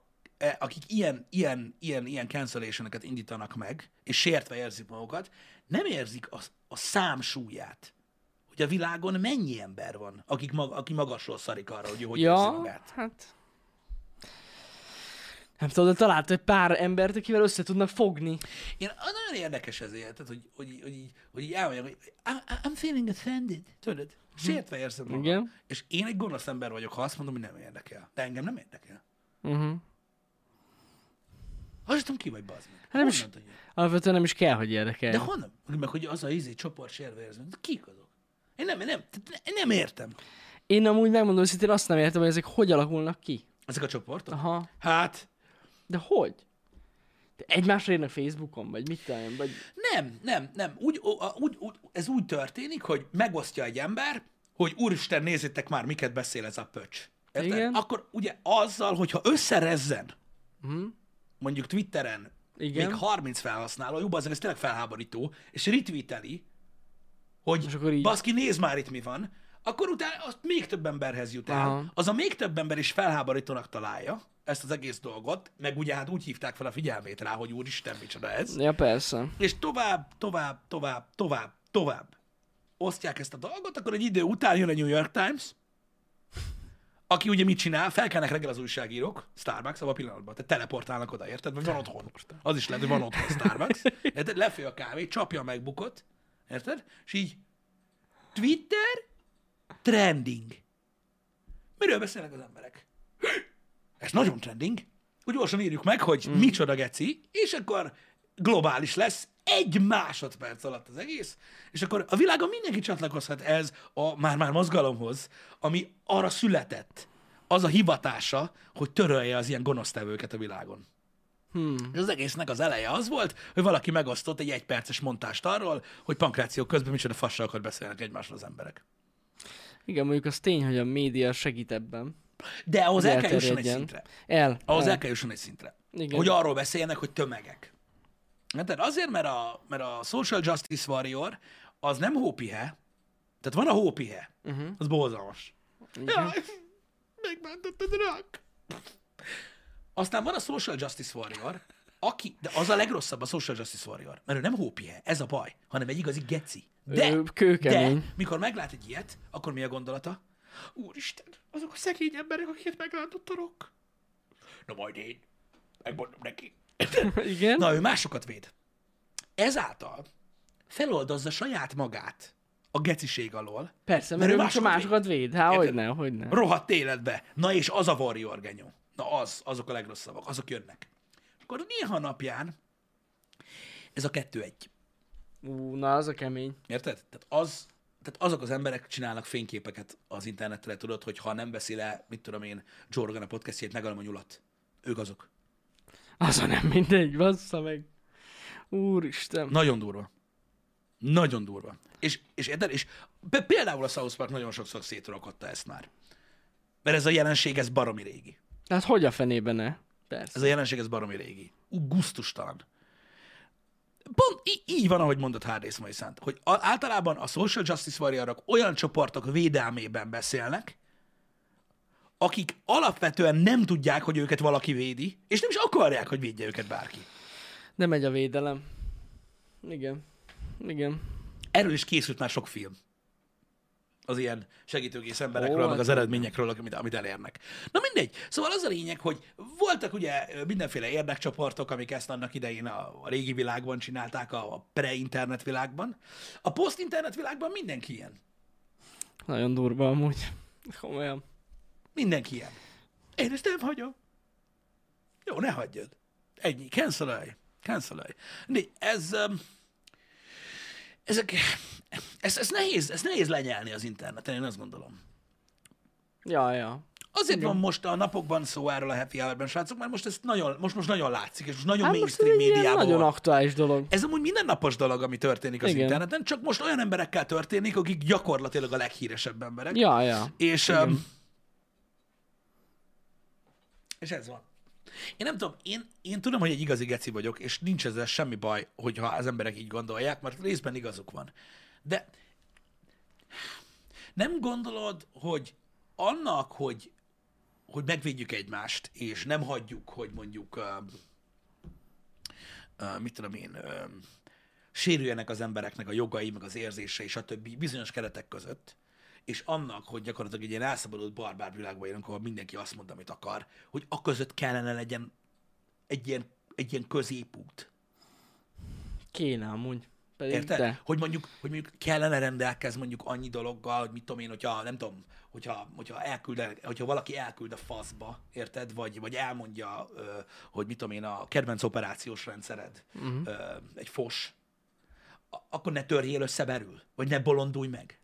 Speaker 1: ilyen cancellation-eket indítanak meg, és sértve érzik magukat, nem érzik a szám súlyát, hogy a világon mennyi ember van, aki magasról szarik arra, hogy érzi magát. Hát...
Speaker 2: Nem tudom, de talált egy pár embert, akivel össze tudnak fogni.
Speaker 1: Én nagyon érdekes ezért, tehát, hogy így elmondjam, hogy I'm feeling offended, tudod? Sértve érzem magam.
Speaker 2: Igen.
Speaker 1: És én egy gonosz ember vagyok, ha azt mondom, hogy nem érdekel. De engem nem érdekel. Azt tudom, ki vagy, bazd meg.
Speaker 2: Hát nem is, alapvetően nem is kell, hogy érdekel.
Speaker 1: De honnan? Meg, hogy az a csoport sérve érzem. De kik azok? Én nem értem.
Speaker 2: Én amúgy megmondom őszintén azt nem értem, hogy ezek hogy alakulnak ki.
Speaker 1: Ezek a csoportok?
Speaker 2: Aha.
Speaker 1: Hát...
Speaker 2: De hogy? De egymásra írnak Facebookon, vagy mit tudom, vagy...
Speaker 1: Nem. Ez úgy történik, hogy megosztja egy ember, hogy úristen, nézzétek már, miket beszél ez a pöcs. Érted?
Speaker 2: Igen.
Speaker 1: Akkor ugye azzal, hogyha összerezzen, mondjuk Twitteren
Speaker 2: Igen.
Speaker 1: még 30 felhasználó, jó, ez tényleg felháborító, és retweeteli, hogy
Speaker 2: És akkor így-
Speaker 1: baszki, nézd már itt mi van, akkor utána azt még több emberhez jut el.
Speaker 2: Aha.
Speaker 1: Az a még több ember is felháborítónak találja ezt az egész dolgot, meg ugye hát úgy hívták fel a figyelmét rá, hogy úristen, micsoda ez.
Speaker 2: Ja, persze.
Speaker 1: És tovább osztják ezt a dolgot, akkor egy idő után jön a New York Times, aki ugye mit csinál? Felkelnek reggel az újságírók, Starbucks, abban a pillanatban, tehát teleportálnak oda, érted? Vagy van otthon. Az is lehet, hogy van otthon Starbucks. Érted? Lefő a kávé, csapja a MacBookot, érted? És így Twitter trending. Miről beszélnek az emberek? Ez nagyon trending. Úgy gyorsan írjuk meg, hogy micsoda geci, és akkor globális lesz egy másodperc alatt az egész, és akkor a világon mindenki csatlakozhat ez a már mozgalomhoz, ami arra született, az a hivatása, hogy törölje az ilyen gonosztevőket a világon. És az egésznek az eleje az volt, hogy valaki megosztott egy egyperces montást arról, hogy pankráció közben micsoda fasságokat beszélnek egymásról az emberek.
Speaker 2: Igen, mondjuk az tény, hogy a média segít ebben.
Speaker 1: De ahhoz
Speaker 2: Hogy
Speaker 1: el kell jusson egy
Speaker 2: elterjedjen.
Speaker 1: szintre.
Speaker 2: El.
Speaker 1: El kell jusson egy szintre.
Speaker 2: Igen.
Speaker 1: Hogy arról beszéljenek, hogy tömegek. Tehát azért, mert a Social Justice Warrior az nem hópihe, tehát van a hópihe, az borzalmas. Jaj, megmentetted rák. Aztán van a Social Justice Warrior, de az a legrosszabb a Social Justice Warrior, mert ő nem hópihe, ez a baj, hanem egy igazi geci.
Speaker 2: Ő kőkemény.
Speaker 1: De mikor meglát egy ilyet, akkor mi a gondolata? Úristen, azok a szegény emberek, akiket meglátott a rock. Na majd én megmondom neki.
Speaker 2: Igen.
Speaker 1: Na, ő másokat véd. Ezáltal feloldozza saját magát a geciség alól.
Speaker 2: Persze,
Speaker 1: mert
Speaker 2: mert
Speaker 1: ő
Speaker 2: ő csak másokat véd. Hát,
Speaker 1: Érted?
Speaker 2: hogyne.
Speaker 1: Rohadt életbe. Na és az a warrior genyó. Na azok a legrosszabbak, azok jönnek. Akkor néha napján ez a 2-1.
Speaker 2: Na, az a kemény.
Speaker 1: Érted? Tehát azok az emberek csinálnak fényképeket az internetre, tudod, hogy ha nem veszi le, mit tudom én, Joe Rogan a podcastjét, megalom a nyulat. Ők azok.
Speaker 2: Az a nem mindegy, bassza meg. Úristen.
Speaker 1: Nagyon durva. Nagyon durva. És érted? És például a South Park nagyon sokszor szétrakatta ezt már. Mert ez a jelenség, ez baromi régi.
Speaker 2: Hát hogy a fenében ne? Persze.
Speaker 1: Ez a jelenség, ez baromi régi. Gusztustalan. Pont így van, ahogy mondott Hárrész mai szánt, hogy általában a Social Justice Warriorok olyan csoportok védelmében beszélnek, akik alapvetően nem tudják, hogy őket valaki védi, és nem is akarják, hogy védje őket bárki.
Speaker 2: De megy a védelem. Igen.
Speaker 1: Erről is készült már sok film. Az ilyen segítőkész emberekről, meg az eredményekről, amit elérnek. Na mindegy. Szóval az a lényeg, hogy voltak ugye mindenféle érdekcsoportok, amik ezt annak idején a régi világban csinálták, a pre-internet világban. A post-internet világban mindenki ilyen.
Speaker 2: Nagyon durva amúgy. Komolyan.
Speaker 1: Mindenki ilyen. Én ezt nem hagyom. Jó, ne hagyjad. Ennyi. Cancelolj. Ez nehéz lenyelni az interneten, én azt gondolom.
Speaker 2: Ja.
Speaker 1: Azért van most a napokban szó erről a happy hour-ben, srácok, mert most ez most nagyon látszik, és most nagyon
Speaker 2: Hát most ez
Speaker 1: mainstream
Speaker 2: egy ilyen
Speaker 1: médiában
Speaker 2: nagyon
Speaker 1: van.
Speaker 2: aktuális dolog.
Speaker 1: Ez amúgy mindennapos dolog, ami történik az
Speaker 2: Igen.
Speaker 1: interneten, csak most olyan emberekkel történik, akik gyakorlatilag a leghíresebb emberek.
Speaker 2: Ja.
Speaker 1: És ez van. Én nem tudom, én tudom, hogy egy igazi geci vagyok, és nincs ezzel semmi baj, hogyha az emberek így gondolják, mert részben igazuk van. De nem gondolod, hogy annak, hogy megvédjük egymást, és nem hagyjuk, hogy mondjuk, mit tudom én, sérüljenek az embereknek a jogai, meg az érzései, stb. Bizonyos keretek között, és annak, hogy gyakorlatilag egy ilyen elszabadult barbár világban élünk, ahol mindenki azt mond, amit akar, hogy a között kellene legyen egy ilyen középút.
Speaker 2: Kéne amúgy. Pedig
Speaker 1: Érted?
Speaker 2: de.
Speaker 1: Hogy mondjuk kellene rendelkezni mondjuk annyi dologgal, hogy mit tudom én, hogyha nem tudom, hogyha valaki elküld a faszba, érted? Vagy elmondja, hogy mit tudom én, a kedvenc operációs rendszered egy fos, akkor ne törjél össze belül, vagy ne bolondulj meg.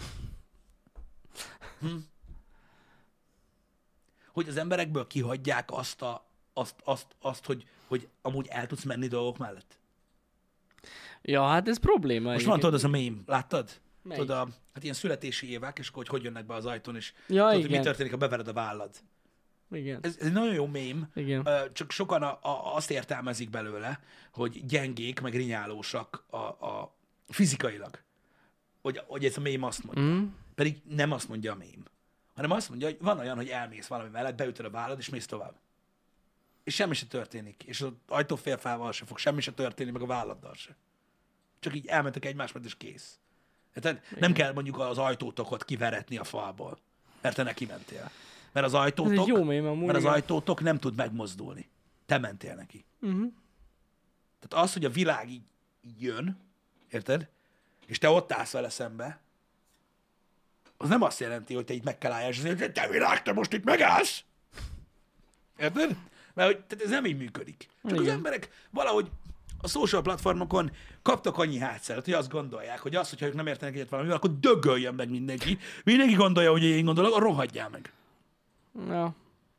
Speaker 1: Hogy az emberekből kihagyják azt, hogy amúgy el tudsz menni dolgok mellett.
Speaker 2: Ja, hát ez probléma.
Speaker 1: Most van tudod, az a mém, láttad?
Speaker 2: Melyik?
Speaker 1: tudod, hát ilyen születési évek, és akkor hogy jönnek be az ajtón, és
Speaker 2: Ja,
Speaker 1: tudod, hogy mi
Speaker 2: igen.
Speaker 1: történik, ha bevered a vállad.
Speaker 2: Igen.
Speaker 1: Ez egy nagyon jó mém,
Speaker 2: Igen.
Speaker 1: csak sokan azt értelmezik belőle, hogy gyengék, meg rinyálósak a fizikailag. Hogy ez a mém azt mondja.
Speaker 2: Mm.
Speaker 1: Pedig nem azt mondja a mém. Hanem azt mondja, hogy van olyan, hogy elmész valami mellett, beütöd a vállad, és mész tovább. És semmi se történik. És az ajtófélfával se fog semmi se történni, meg a válladdal se. Csak így elmentek egymás mellett, és kész. Tehát nem kell mondjuk az ajtótokot kiveretni a falból, mert te neki mentél. Mert az
Speaker 2: Ez egy
Speaker 1: ajtótok,
Speaker 2: jó mém amúgy.
Speaker 1: mert az
Speaker 2: igen.
Speaker 1: ajtótok nem tud megmozdulni. Te mentél neki.
Speaker 2: Mhm.
Speaker 1: Tehát az, hogy a világ így jön, érted? És te ott állsz vele szembe, az nem azt jelenti, hogy te itt meg kell állj, és azt mondja, hogy te világ, te most itt megállsz. Érted? Mert hogy, tehát ez nem így működik. Csak az
Speaker 2: Igen.
Speaker 1: emberek valahogy a social platformokon kaptak annyi hátszeret, hogy azt gondolják, hogy az, hogyha ők nem értenek egyet valamivel, akkor dögöljön meg mindenki. Mindenki gondolja, hogy én gondolok, rohadjál meg.
Speaker 2: Ja.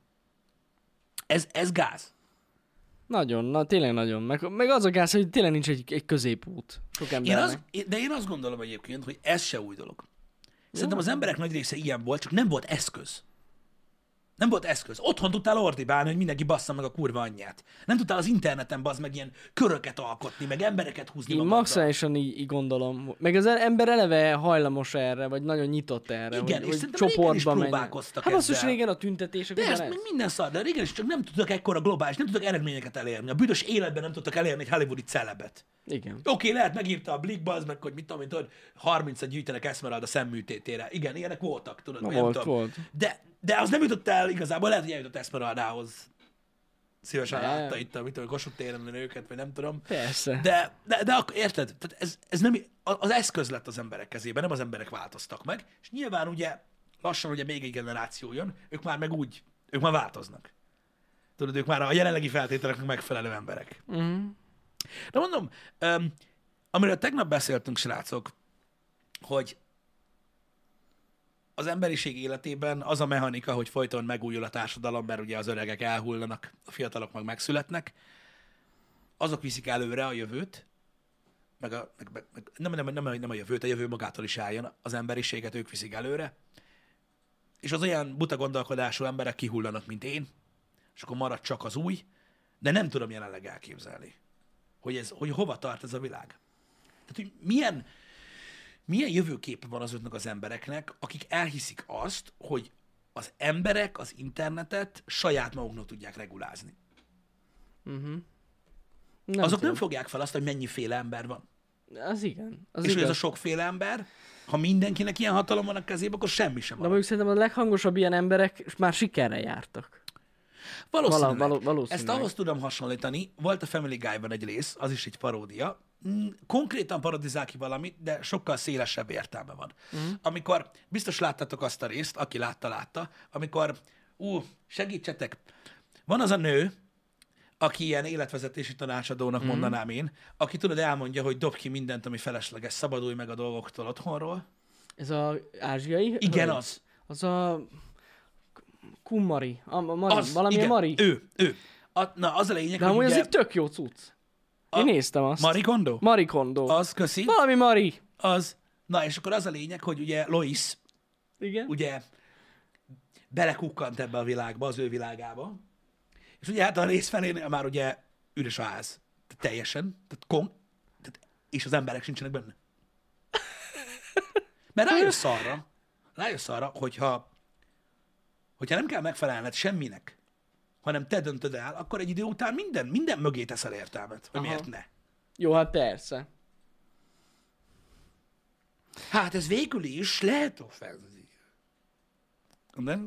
Speaker 1: Ez gáz.
Speaker 2: Nagyon, tényleg nagyon. Meg az a gáz, hogy tényleg nincs egy középút sok embernek.
Speaker 1: De én azt gondolom egyébként, hogy ez se új dolog. Szerintem az emberek nagy része ilyen volt, csak nem volt eszköz. Nem volt eszköz. Otthon tudtál ordibálni, hogy mindenki bassza meg a kurva anyját. Nem tudtál az interneten bazd meg ilyen köröket alkotni, meg embereket húzni
Speaker 2: Én
Speaker 1: magaddal.
Speaker 2: maximálisan így gondolom. Meg az ember eleve hajlamos erre, vagy nagyon nyitott erre.
Speaker 1: Igen,
Speaker 2: hogy,
Speaker 1: és szerintem régen is próbálkoztak
Speaker 2: Hát azt is
Speaker 1: ezzel.
Speaker 2: régen a tüntetések,
Speaker 1: De
Speaker 2: ugyanez.
Speaker 1: ezt meg minden szar, de régen is csak nem tudtak ekkora globális, nem tudtak eredményeket elérni. A büdös életben nem tudtak elérni egy hollywoodi celebet.
Speaker 2: Igen.
Speaker 1: Oké, lehet megírta a Blikba, az meg, hogy mit tudom, tudod, 30-at gyűjtenek Esmeralda szemműtétére. Igen, ilyenek voltak, tudod,
Speaker 2: Na,
Speaker 1: vagy nem
Speaker 2: volt,
Speaker 1: tudom.
Speaker 2: volt.
Speaker 1: De az nem jutott el igazából, lehet, hogy eljutott Esmeraldához. Szívesen
Speaker 2: De.
Speaker 1: látta itt a mit tudom, Kossuth téren a nőket, vagy nem tudom.
Speaker 2: Persze.
Speaker 1: De akkor érted? Tehát ez nem, az eszköz lett az emberek kezében, nem az emberek változtak meg. És nyilván ugye lassan ugye még egy generáció jön, ők már változnak. Tudod, ők már a jelenlegi feltételeknek megfelelő emberek.
Speaker 2: Mhm.
Speaker 1: De mondom, amiről tegnap beszéltünk, srácok, hogy az emberiség életében az a mechanika, hogy folyton megújul a társadalom, mert ugye az öregek elhullanak, a fiatalok meg megszületnek, azok viszik előre a jövőt, nem a jövőt, a jövő magától is álljon, az emberiséget ők viszik előre, és az olyan buta gondolkodású emberek kihullanak, mint én, és akkor marad csak az új, de nem tudom jelenleg elképzelni, hogy hova tart ez a világ. Tehát, hogy milyen jövőkép van azoknak az embereknek, akik elhiszik azt, hogy az emberek az internetet saját maguknak tudják regulázni. Azok
Speaker 2: tudom.
Speaker 1: nem fogják fel azt, hogy mennyiféle ember van.
Speaker 2: Az igen. Az
Speaker 1: És hogy ez a
Speaker 2: igaz.
Speaker 1: sokféle ember, ha mindenkinek ilyen hatalom van a kezében, akkor semmi sem
Speaker 2: De
Speaker 1: van.
Speaker 2: mondjuk szerintem a leghangosabb ilyen emberek már sikerre jártak.
Speaker 1: Valószínűleg.
Speaker 2: valószínűleg.
Speaker 1: Ezt ahhoz tudom hasonlítani, volt a Family Guy-ban egy rész, az is egy paródia, konkrétan parodizál ki valamit, de sokkal szélesebb értelme van. Amikor, biztos láttátok azt a részt, aki látta, amikor, segítsetek, van az a nő, aki ilyen életvezetési tanácsadónak mondanám én, aki tudod elmondja, hogy dob ki mindent, ami felesleges, szabadulj meg a dolgoktól otthonról.
Speaker 2: Ez az ázsiai?
Speaker 1: Igen,
Speaker 2: hölgy?
Speaker 1: az.
Speaker 2: Az a Kummari. Mari.
Speaker 1: Az,
Speaker 2: Valamilyen
Speaker 1: igen,
Speaker 2: Mari.
Speaker 1: Ő. Na, az a lényeg,
Speaker 2: De
Speaker 1: hogy
Speaker 2: amúgy
Speaker 1: ugye...
Speaker 2: ez egy tök jó cucc. Én néztem azt.
Speaker 1: Marie Kondo?
Speaker 2: Marie Kondo.
Speaker 1: Az, köszi.
Speaker 2: Valami Mari.
Speaker 1: Az. Na, és akkor az a lényeg, hogy ugye Lois,
Speaker 2: Igen.
Speaker 1: ugye belekukkant ebbe a világba, az ő világába. És ugye hát a rész felénél már ugye üres a ház. Tehát teljesen. Tehát és az emberek sincsenek benne. Mert rájössz arra, hogyha nem kell megfelelned semminek, hanem te döntöd el, akkor egy idő után minden mögé teszel értelmet, hogy
Speaker 2: Aha.
Speaker 1: miért ne.
Speaker 2: Jó, hát persze.
Speaker 1: Hát ez végül is lehet offenzív. De?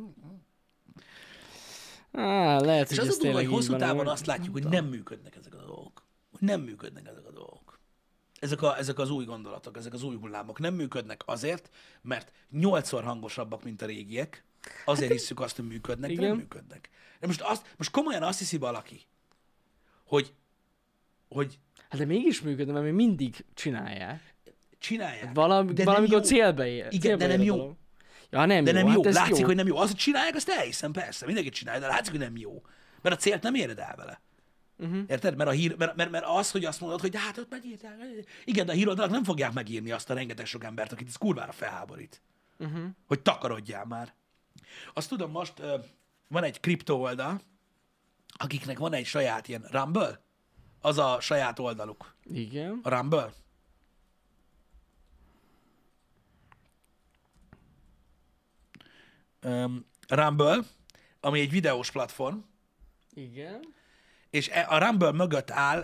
Speaker 2: Lehet,
Speaker 1: És
Speaker 2: hogy
Speaker 1: az
Speaker 2: ez
Speaker 1: a durva,
Speaker 2: tényleg
Speaker 1: hogy
Speaker 2: így
Speaker 1: hosszú
Speaker 2: van,
Speaker 1: távon
Speaker 2: amúgy.
Speaker 1: azt látjuk, hogy nem működnek ezek a dolgok. Hogy nem működnek ezek a dolgok. Ezek az új gondolatok, ezek az új hullámok nem működnek azért, mert 8-szor hangosabbak, mint a régiek. Azért hiszük azt, hogy működnek, de nem
Speaker 2: Igen.
Speaker 1: működnek. De most komolyan azt hiszi valaki, hogy
Speaker 2: Hát de mégis működne, mert még mindig csinálják.
Speaker 1: csinálják.
Speaker 2: Valamikor
Speaker 1: nem jó.
Speaker 2: célbe ér.
Speaker 1: Igen,
Speaker 2: célba
Speaker 1: de
Speaker 2: ér
Speaker 1: nem
Speaker 2: a
Speaker 1: jó.
Speaker 2: dolog. Ja, nem
Speaker 1: De
Speaker 2: jó.
Speaker 1: nem jó.
Speaker 2: Hát ez
Speaker 1: Látszik,
Speaker 2: jó.
Speaker 1: hogy nem jó. Az, hogy csinálják, azt elhiszem, persze. Mindenki csinálja, de látszik, hogy nem jó. Mert a célt nem éred el vele. Érted? Mert, a hír, mert az, hogy azt mondod, hogy de hát ott megírták. Igen, de a híroldalak nem fogják megírni azt a rengeteg sok embert, akit ez kurvára felháborít. Hogy takarodjál már. Azt tudom, most van egy kriptó oldal, akiknek van egy saját ilyen Rumble, az a saját oldaluk.
Speaker 2: Igen.
Speaker 1: A Rumble. Rumble, ami egy videós platform,
Speaker 2: Igen.
Speaker 1: és a Rumble mögött áll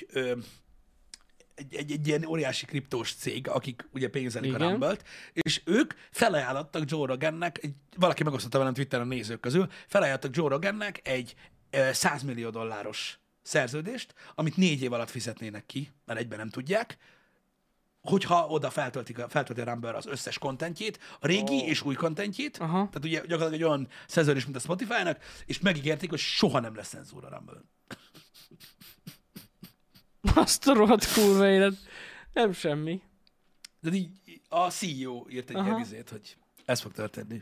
Speaker 1: egy ilyen óriási kriptós cég, akik ugye pénzelik a
Speaker 2: Igen.
Speaker 1: Rumble-t, és ők felajánlottak Joe Rogannek, valaki megosztotta velem Twitteren a nézők közül, felajánlottak Joe Rogannek egy $100 millió szerződést, amit 4 év alatt fizetnének ki, mert egyben nem tudják, hogyha oda feltölti a Rumble az összes kontentjét, a régi és új kontentjét,
Speaker 2: Aha.
Speaker 1: tehát ugye gyakorlatilag egy olyan szerződés, mint a Spotify-nak, és megígérték, hogy soha nem lesz cenzúra a Rumble.
Speaker 2: Azt a rohadt kurva élet. Nem semmi.
Speaker 1: De így a CEO írt egy ilyen izét, hogy ez fog történni.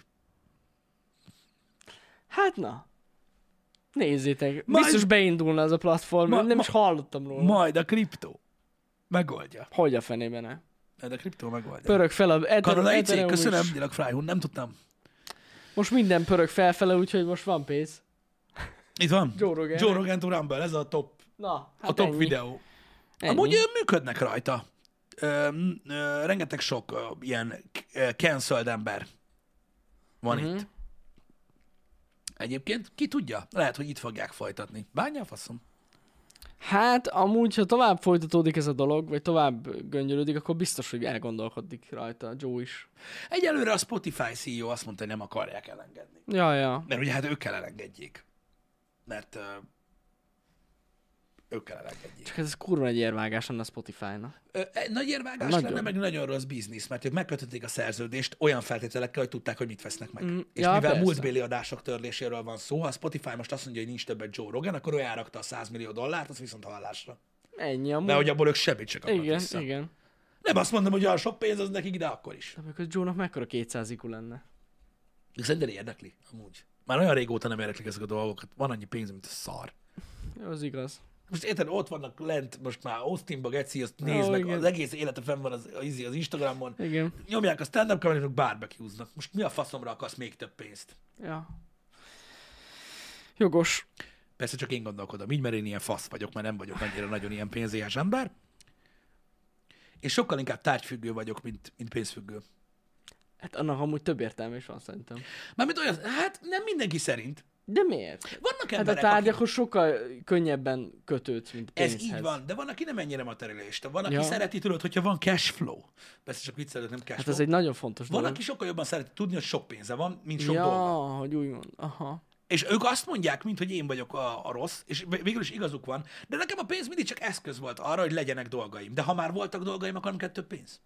Speaker 2: Hát na. Nézzétek.
Speaker 1: Majd-
Speaker 2: Biztos beindulna az a platform. Nem is hallottam róla.
Speaker 1: Majd a kriptó megoldja.
Speaker 2: Hogy a fenében ne?
Speaker 1: Majd a kriptó megoldja.
Speaker 2: Pörög fel a
Speaker 1: Kanadai cég,
Speaker 2: Ethereum
Speaker 1: köszönöm,
Speaker 2: is.
Speaker 1: Gyilak Fryhun, nem tudtam.
Speaker 2: Most minden pörög felfele, úgyhogy most van pénz.
Speaker 1: Itt van.
Speaker 2: Joe Rogan.
Speaker 1: Joe Rogan to Rumble, ez a top,
Speaker 2: Na, hát
Speaker 1: a top
Speaker 2: ennyi.
Speaker 1: videó.
Speaker 2: Ennyi.
Speaker 1: Amúgy működnek rajta. Rengeteg sok ilyen cancelled ember van itt. Egyébként, ki tudja? Lehet, hogy itt fogják folytatni. Bánja a faszom.
Speaker 2: Hát amúgy, ha tovább folytatódik ez a dolog, vagy tovább göngyölődik, akkor biztos, hogy elgondolkodik rajta Joe is.
Speaker 1: Egyelőre a Spotify CEO azt mondta, hogy nem akarják elengedni.
Speaker 2: Ja.
Speaker 1: Mert ugye hát ők kell elengedjék. Mert ők kell elengedjék.
Speaker 2: Csak ez kurva egy érvágás lenne a Spotify-nak.
Speaker 1: Nagy érvágás
Speaker 2: Nagyon.
Speaker 1: lenne, meg nagyon rossz biznisz, mert ők megkötötték a szerződést olyan feltételekkel, hogy tudták, hogy mit vesznek meg. És
Speaker 2: ja,
Speaker 1: mivel
Speaker 2: persze.
Speaker 1: múltbéli adások törléséről van szó, ha a Spotify most azt mondja, hogy nincs többet Joe Rogan, akkor ő elrakta a $100 millió, az viszont hallásra.
Speaker 2: Ennyi amúgy.
Speaker 1: Mert hogy abból ők semmit se kapnak
Speaker 2: Igen,
Speaker 1: vissza.
Speaker 2: igen.
Speaker 1: Nem azt mondom, hogy olyan sok pénz az nekik, de akkor is.
Speaker 2: De amikor Joe-nak mekkora 200 IQ lenne?
Speaker 1: De szerintem érdekli, amúgy. Már olyan régóta nem érdeklik ezek a dolgokat. Van annyi pénz, mint a szar.
Speaker 2: Jó, az igaz.
Speaker 1: Most érted, ott vannak lent, most már Austinba, Geci, azt nézd meg,
Speaker 2: igen.
Speaker 1: az egész élete fenn van az Instagramon.
Speaker 2: Igen.
Speaker 1: Nyomják a stand-up kamerát, barbecue-znak. Most mi a faszomra akarsz még több pénzt?
Speaker 2: Ja. Jogos.
Speaker 1: Persze csak én gondolkodom így, mert én ilyen fasz vagyok, mert nem vagyok annyira nagyon ilyen pénzéhes ember. És sokkal inkább tárgyfüggő vagyok, mint pénzfüggő.
Speaker 2: Hát annak amúgy több értelme is van szerintem.
Speaker 1: Mármint olyan, hát nem mindenki szerint.
Speaker 2: De miért?
Speaker 1: Vannak
Speaker 2: Hát a
Speaker 1: emberek,
Speaker 2: tárgyakhoz sokkal könnyebben kötődsz, mint
Speaker 1: Ez
Speaker 2: pénzhez.
Speaker 1: így van, de van, aki nem ennyire materialista. Van, aki
Speaker 2: Ja.
Speaker 1: szereti, tudod, hogyha van cash flow. Persze csak viccelődök, nem cash
Speaker 2: Hát
Speaker 1: flow.
Speaker 2: ez egy nagyon fontos
Speaker 1: Van,
Speaker 2: dolog.
Speaker 1: aki sokkal jobban szereti tudni, hogy sok pénze van, mint sok
Speaker 2: Ja,
Speaker 1: dolga.
Speaker 2: hogy úgy mond. Aha.
Speaker 1: És ők azt mondják, mint hogy én vagyok a rossz, és végül is igazuk van, de nekem a pénz mindig csak eszköz volt arra, hogy legyenek dolgaim. De ha már voltak dolgaim, akkor nem kell több pénz.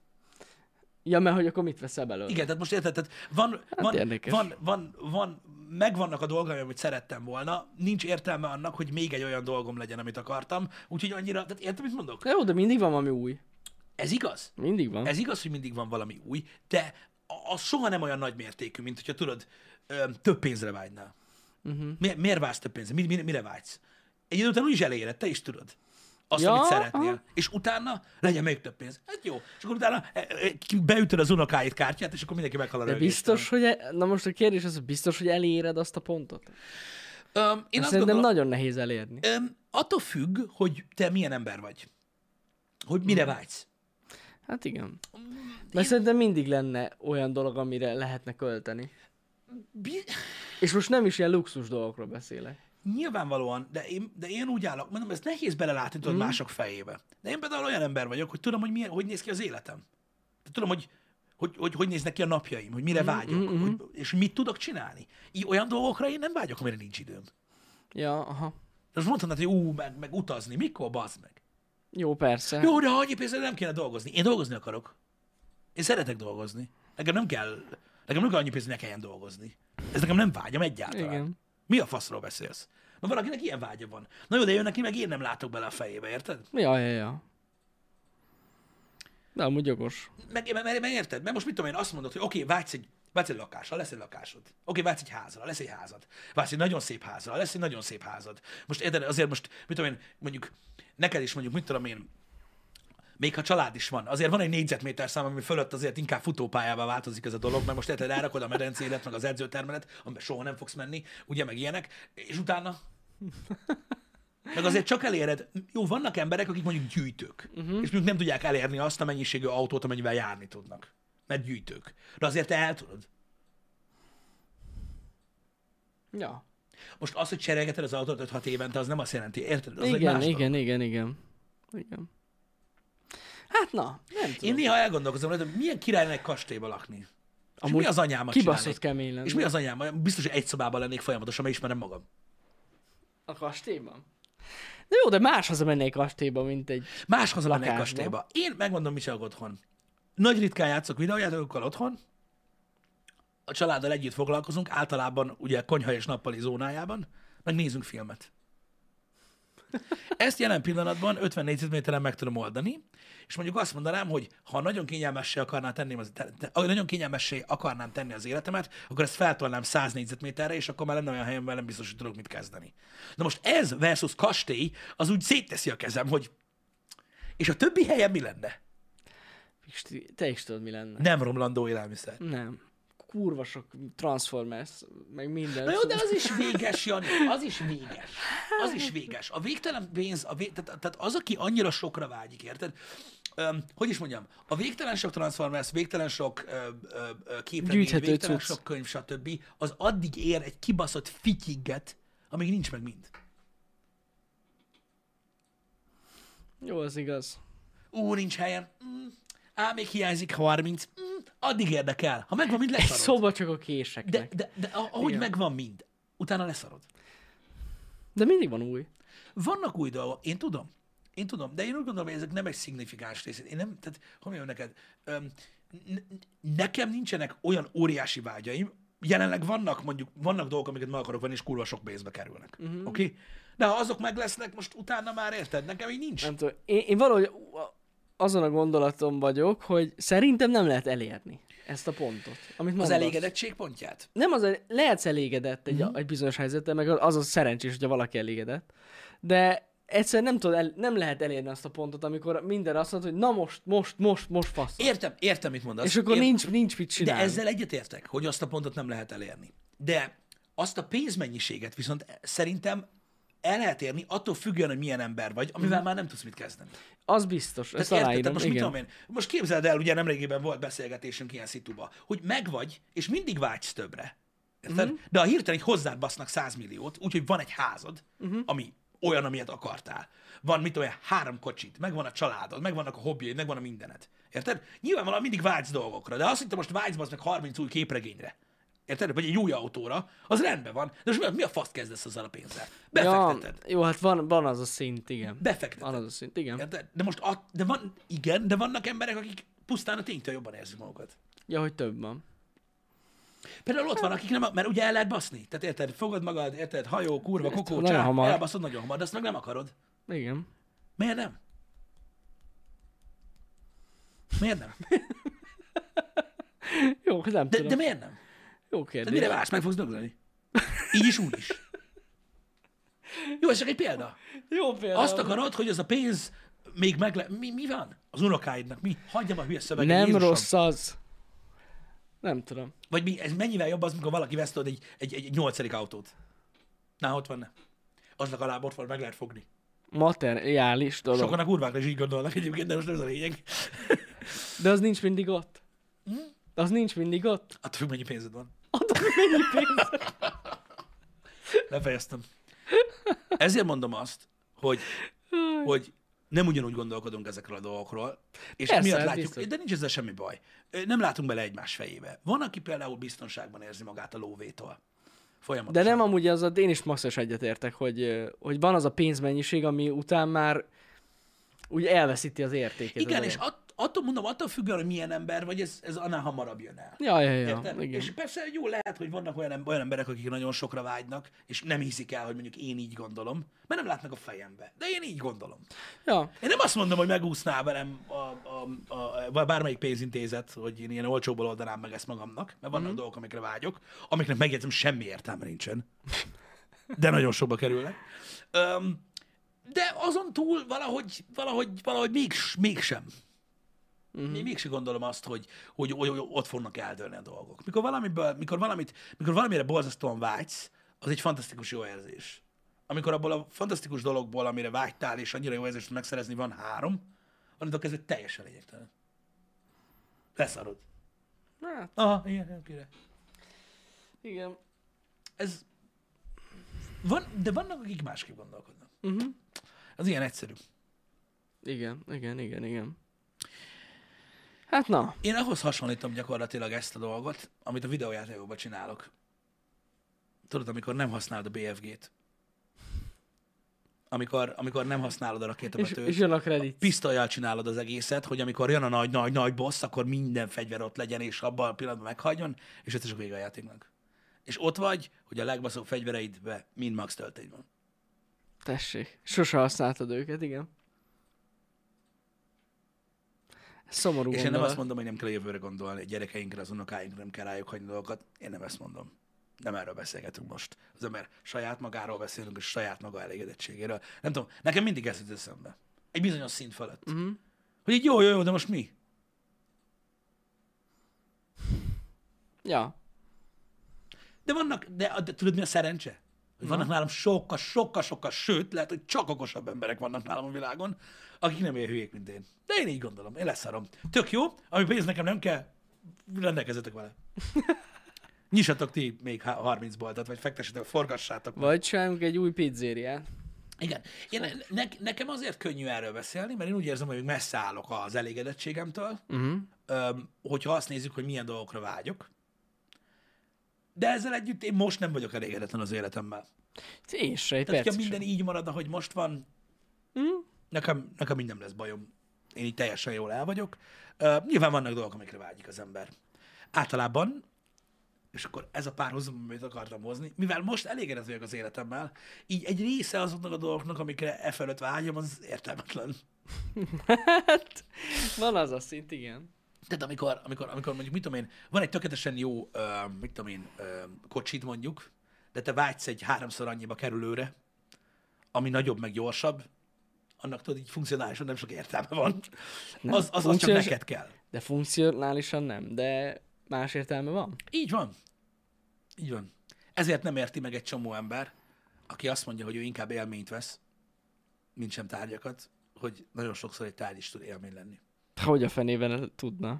Speaker 2: Ja, mert hogy akkor mit veszel belőle?
Speaker 1: Igen, tehát most érted, tehát
Speaker 2: érdekes.
Speaker 1: megvannak a dolgaim, amit szerettem volna, nincs értelme annak, hogy még egy olyan dolgom legyen, amit akartam, úgyhogy annyira, tehát érted, mit mondok?
Speaker 2: Jó, de mindig van valami új.
Speaker 1: Ez igaz.
Speaker 2: Mindig van.
Speaker 1: Ez igaz, hogy mindig van valami új, de az soha nem olyan nagy mértékű, mint hogyha tudod, több pénzre vágynál. Miért vágysz több pénzre? Mire vágysz? Egy idő után úgyis eléred, te is tudod. Azt,
Speaker 2: Ja,
Speaker 1: amit szeretnél.
Speaker 2: aha.
Speaker 1: És utána legyen még több pénz. Hát jó. És akkor utána beütöd az unokáid kártyát, és akkor mindenki meghal a
Speaker 2: De
Speaker 1: rögéstől.
Speaker 2: biztos, hogy... Na most a kérdés az, hogy biztos, hogy eléred azt a pontot?
Speaker 1: Én
Speaker 2: Ezt
Speaker 1: azt
Speaker 2: szerintem
Speaker 1: gondolom,
Speaker 2: nagyon nehéz elérni.
Speaker 1: attól függ, hogy te milyen ember vagy. Hogy mire vágysz.
Speaker 2: Hát igen. Mert szerintem mindig lenne olyan dolog, amire lehetne költeni. És most nem is ilyen luxus dolgokról beszélek.
Speaker 1: Nyilvánvalóan, de én úgy állok, mondom, ez nehéz belelátni tudod mások fejébe. De én például olyan ember vagyok, hogy tudom, hogy néz ki az életem. De tudom, hogy néznek ki a napjaim, hogy mire vágyok, és hogy mit tudok csinálni. Olyan dolgokra én nem vágyok, amire nincs időm.
Speaker 2: Ja, aha.
Speaker 1: De most mondhatnád, hogy meg utazni, mikor, bazd meg.
Speaker 2: Jó, persze.
Speaker 1: Jó, de annyi pénzre nem kéne dolgozni. Én dolgozni akarok. Én szeretek dolgozni. Nekem nem kell annyi pénz, hogy ne kelljen dolgozni. Ez nekem nem vágyam egyáltalán.
Speaker 2: Igen.
Speaker 1: Mi a faszról beszélsz? Mert valakinek ilyen vágya van. Na jó, de jön neki, meg én nem látok bele a fejébe, érted?
Speaker 2: Ja. De amúgy jogos.
Speaker 1: Meg érted? Mert most mit tudom én, azt mondod, hogy oké, vágysz egy Vágysz egy lakásra, lesz egy lakásod. Oké, vágysz egy házra, lesz egy házad. Vágysz egy nagyon szép házra, lesz egy nagyon szép házad. Most érted, azért most, mit tudom én, mondjuk, neked is mondjuk, mit tudom én, még ha család is van, azért van egy négyzetméter szám, ami fölött azért inkább futópályává változik ez a dolog, mert most érted, elrakod a medencédet, meg az edzőtermelet, amiben soha nem fogsz menni, ugye, meg ilyenek, és utána meg azért csak eléred, jó, vannak emberek, akik mondjuk gyűjtők, és mondjuk nem tudják elérni azt a mennyiségű autót, amennyivel járni tudnak, mert gyűjtők. De azért te el tudod.
Speaker 2: Ja.
Speaker 1: Most az, hogy cserélgeted az autót 5-6 évente, az nem azt jelenti, érted? Az egy
Speaker 2: Igen,
Speaker 1: más dolog.
Speaker 2: igen. Hát na, nem tudom.
Speaker 1: Én néha elgondolkozom, hogy milyen király lenne egy kastélyba lakni. És mi az anyámat
Speaker 2: kibaszott
Speaker 1: csinálnék?
Speaker 2: kemény lenne.
Speaker 1: És mi az anyám? Biztos, hogy egy szobában lennék folyamatosan, mert ismerem magam.
Speaker 2: A kastélyban? De jó, de más hazamennék kastélyba, mint egy...
Speaker 1: Más haza lennék
Speaker 2: Lakásba.
Speaker 1: kastélyba. Én megmondom, mit csinálok otthon. Nagy ritkán játszok videójátékokkal otthon. A családdal együtt foglalkozunk, általában ugye konyha és nappali zónájában, meg nézünk filmet. Ezt jelen pillanatban 50 négyzetméteren meg tudom oldani, és mondjuk azt mondanám, hogy ha nagyon kényelmessé akarnám tenni az életemet, akkor ezt feltolnám 100 négyzetméterre, és akkor már lenne olyan helyen, nem biztos, hogy tudok mit kezdeni. Na most ez versus kastély, az úgy szétteszi a kezem, hogy és a többi helyen mi lenne?
Speaker 2: Pisti, te is tudod, mi lenne.
Speaker 1: Nem romlandó élelmiszer.
Speaker 2: Nem. Kurva sok Transformers, meg minden.
Speaker 1: Na jó, de az is véges, Jani, az is véges. Az is véges. A végtelen pénz, tehát az, aki annyira sokra vágyik, érted? Hogy is mondjam, a végtelen sok Transformers, végtelen sok képregény,
Speaker 2: Gyűjthető
Speaker 1: végtelen
Speaker 2: cucc.
Speaker 1: sok könyv, stb. Az addig ér egy kibaszott fityigget, amíg nincs meg mind.
Speaker 2: Jó, az igaz.
Speaker 1: Nincs helyem. Még hiányzik 30. Addig érdekel. Ha megvan mind,
Speaker 2: Egy
Speaker 1: leszarod.
Speaker 2: szoba csak a késeknek.
Speaker 1: De ahogy
Speaker 2: Igen.
Speaker 1: megvan mind, utána leszarod.
Speaker 2: De mindig van új.
Speaker 1: Vannak új dolgok, én tudom, de én úgy gondolom, hogy ezek nem egy szignifikáns rész. Én nem, tehát, hogy mondjam neked, nekem nincsenek olyan óriási vágyaim, jelenleg vannak dolgok, amiket meg akarok venni, és kurva sok pénzbe kerülnek. Oké? De ha azok meg lesznek, most utána már érted, nekem így nincs.
Speaker 2: Nem tudom. Én valahogy azon a gondolaton vagyok, hogy szerintem nem lehet elérni ezt a pontot, amit
Speaker 1: Az
Speaker 2: mondasz.
Speaker 1: elégedettség pontját?
Speaker 2: Nem az, lehetsz elégedett egy bizonyos helyzetben, meg az a szerencsés, hogyha valaki elégedett, de egyszerűen nem lehet elérni azt a pontot, amikor minden azt mondod, hogy na most fasz.
Speaker 1: Értem, mit mondasz.
Speaker 2: És akkor nincs mit
Speaker 1: De
Speaker 2: csinálni.
Speaker 1: ezzel egyetértek, hogy azt a pontot nem lehet elérni. De azt a pénzmennyiséget viszont szerintem el lehet érni, attól függően, hogy milyen ember vagy, amivel már nem tudsz mit kezdeni.
Speaker 2: Az biztos, ezt
Speaker 1: Tehát
Speaker 2: aláírom,
Speaker 1: most mit
Speaker 2: igen.
Speaker 1: tudom én? Most képzeld el, ugye nemrégiben volt beszélgetésünk ilyen szituba, hogy megvagy, és mindig vágysz többre. Érted? De ha hirtelen így hozzád basznak 100 milliót, úgyhogy van egy házad, ami olyan, amilyet akartál. Van, mit tudom én, 3 kocsit, megvan a családod, megvannak a hobbiaid, megvan a mindened. Érted? Nyilvánvalóan mindig vágysz dolgokra, de azt, hogy te most vágysz basz meg 30 új képregényre, érted? Vagy egy új autóra, az rendben van. De most mi a faszt kezdesz azzal a pénzzel? Befekteted.
Speaker 2: Ja, jó, hát van az a szint, igen.
Speaker 1: Befekteted.
Speaker 2: Van az a szint, igen.
Speaker 1: Érted? De most, de vannak emberek, akik pusztán a ténytől jobban érzik magukat.
Speaker 2: Ja, hogy több van.
Speaker 1: Például ott van, akik nem, mert ugye el lehet baszni. Tehát érted, fogod magad, érted, hajó, kurva,
Speaker 2: Ezt
Speaker 1: kokó,
Speaker 2: nagyon
Speaker 1: csá,
Speaker 2: hamar.
Speaker 1: elbaszod nagyon hamar, de azt meg nem akarod.
Speaker 2: Igen.
Speaker 1: Miért nem? Miért nem?
Speaker 2: Jó, nem tudom.
Speaker 1: De miért nem?
Speaker 2: Jó
Speaker 1: De
Speaker 2: kérdés.
Speaker 1: mire vársz, meg fogsz dögleni? Így is, úgy is. Jó, ez csak egy példa.
Speaker 2: Jó példa.
Speaker 1: Azt akarod, hogy az a pénz még mi van? Az unokáidnak mi? Hagyjam a hülye szöveget,
Speaker 2: Nem
Speaker 1: Jézusom.
Speaker 2: rossz az. Nem tudom.
Speaker 1: Vagy mi, ez mennyivel jobb az, mikor valaki vesz tudod egy 8. autót. Na, ott van ne. Aznak a lábot van, meg lehet fogni.
Speaker 2: Materiális dolog.
Speaker 1: Sokan a kurvákra is így gondolnak egyébként, de most nem ez a lényeg.
Speaker 2: De az nincs mindig ott. Az nincs mindig ott.
Speaker 1: Attól függ, mennyi pénzed van.
Speaker 2: Attól mennyi pénz.
Speaker 1: Befejeztem. Ezért mondom azt, hogy nem ugyanúgy gondolkodunk ezekről a dolgokról, és
Speaker 2: Persze,
Speaker 1: miatt
Speaker 2: hát
Speaker 1: látjuk,
Speaker 2: biztos.
Speaker 1: de nincs ezzel semmi baj. Nem látunk bele egymás fejébe. Van, aki például biztonságban érzi magát a lóvétól.
Speaker 2: De
Speaker 1: Folyamatosan.
Speaker 2: nem amúgy az, én is masszos egyetértek, hogy van az a pénzmennyiség, ami után már úgy elveszíti az értékét.
Speaker 1: Igen,
Speaker 2: az
Speaker 1: és
Speaker 2: dolog.
Speaker 1: attól mondom, attól függően, hogy milyen ember vagy, ez annál hamarabb jön el.
Speaker 2: Ja,
Speaker 1: Érted?
Speaker 2: igen.
Speaker 1: És persze jó lehet, hogy vannak olyan emberek, akik nagyon sokra vágynak, és nem hiszik el, hogy mondjuk én így gondolom, mert nem látnak a fejembe. De én így gondolom.
Speaker 2: Ja,
Speaker 1: Én nem azt mondom, hogy megúszná velem bármelyik pénzintézet, hogy én ilyen olcsóból oldanám meg ezt magamnak, mert vannak dolgok, amikre vágyok, amiknek megjegyzem, semmi értelme nincsen. De nagyon sokba kerülnek. De azon túl valahogy mégsem. Mégsem gondolom azt, hogy ott fognak eldőlni a dolgok. Mikor valamire borzasztóan vágysz, az egy fantasztikus jó érzés. Amikor abból a fantasztikus dologból, amire vágytál, és annyira jó érzést megszerezni, van 3, onnantól kezdve teljesen lényegtelen. Leszarod.
Speaker 2: hát,
Speaker 1: Aha, igen, kire.
Speaker 2: igen.
Speaker 1: Ez de vannak, akik másképp gondolkodnak. Az ilyen egyszerű.
Speaker 2: Igen. Hát na.
Speaker 1: Én ahhoz hasonlítom gyakorlatilag ezt a dolgot, amit a videójátékokban csinálok. Tudod, amikor nem használod a BFG-t. Amikor nem használod a rakétabetőt.
Speaker 2: És jön a kredit.
Speaker 1: Pisztollyal csinálod az egészet, hogy amikor jön a nagy boss, akkor minden fegyver ott legyen, és abban a pillanatban meghagyjon, és ez csak vége a játéknak. És ott vagy, hogy a legbaszóbb fegyvereidbe mind max töltény van.
Speaker 2: Tessék. Sose használtad őket, igen. Ez szomorú
Speaker 1: És én nem
Speaker 2: gondolat.
Speaker 1: azt mondom, hogy nem kell a jövőre gondolni, a gyerekeinkre, az unokáinkra nem kell rájuk hagyni dolgokat. Én nem ezt mondom. Nem erről beszélgetünk most. Az ember saját magáról beszélünk, és saját maga elégedettségéről. Nem tudom, nekem mindig ez jut eszembe. Egy bizonyos szint fölött. Hogy így jó, de most mi?
Speaker 2: Ja.
Speaker 1: De vannak, de tudod mi a szerencse? Hogy vannak nálam sokkal, sőt, lehet, hogy csak okosabb emberek vannak nálam a világon, akik nem ilyen hülyék, mint én. De én így gondolom, én leszarom. Tök jó, ami pénz nekem nem kell, rendelkezzetek vele. Nyissatok ti még 30 boltot, vagy fektessetek, forgassátok.
Speaker 2: Vagy csináljunk egy új pizzériát.
Speaker 1: Igen. Nekem azért könnyű erről beszélni, mert én úgy érzem, hogy még messze állok az elégedettségemtől, hogyha azt nézzük, hogy milyen dolgokra vágyok. De ezzel együtt én most nem vagyok elégedetlen az életemmel.
Speaker 2: Én se, egy
Speaker 1: Tehát,
Speaker 2: perc
Speaker 1: ha
Speaker 2: sem.
Speaker 1: minden így marad, ahogy most van, nekem minden lesz bajom. Én így teljesen jól el vagyok. Nyilván vannak dolgok, amikre vágyik az ember. Általában, és akkor ez a párhuzam, amit akartam hozni, mivel most elégedett vagyok az életemmel, így egy része azoknak a dolgoknak, amikre e fölött vágyom, az értelmetlen.
Speaker 2: Hát, van az a szint, igen.
Speaker 1: Tehát amikor mondjuk, mit tudom én, van egy tökéletesen jó, kocsid mondjuk, de te vágysz egy 3-szor annyiba kerülőre, ami nagyobb, meg gyorsabb, annak tudod, így funkcionálisan nem sok értelme van.
Speaker 2: Nem,
Speaker 1: Az csak neked kell.
Speaker 2: De funkcionálisan nem, de más értelme van.
Speaker 1: Így van. Így van. Ezért nem érti meg egy csomó ember, aki azt mondja, hogy ő inkább élményt vesz, mint sem tárgyakat, hogy nagyon sokszor egy tárgy is tud élmény lenni.
Speaker 2: Hogy a fenében tudna?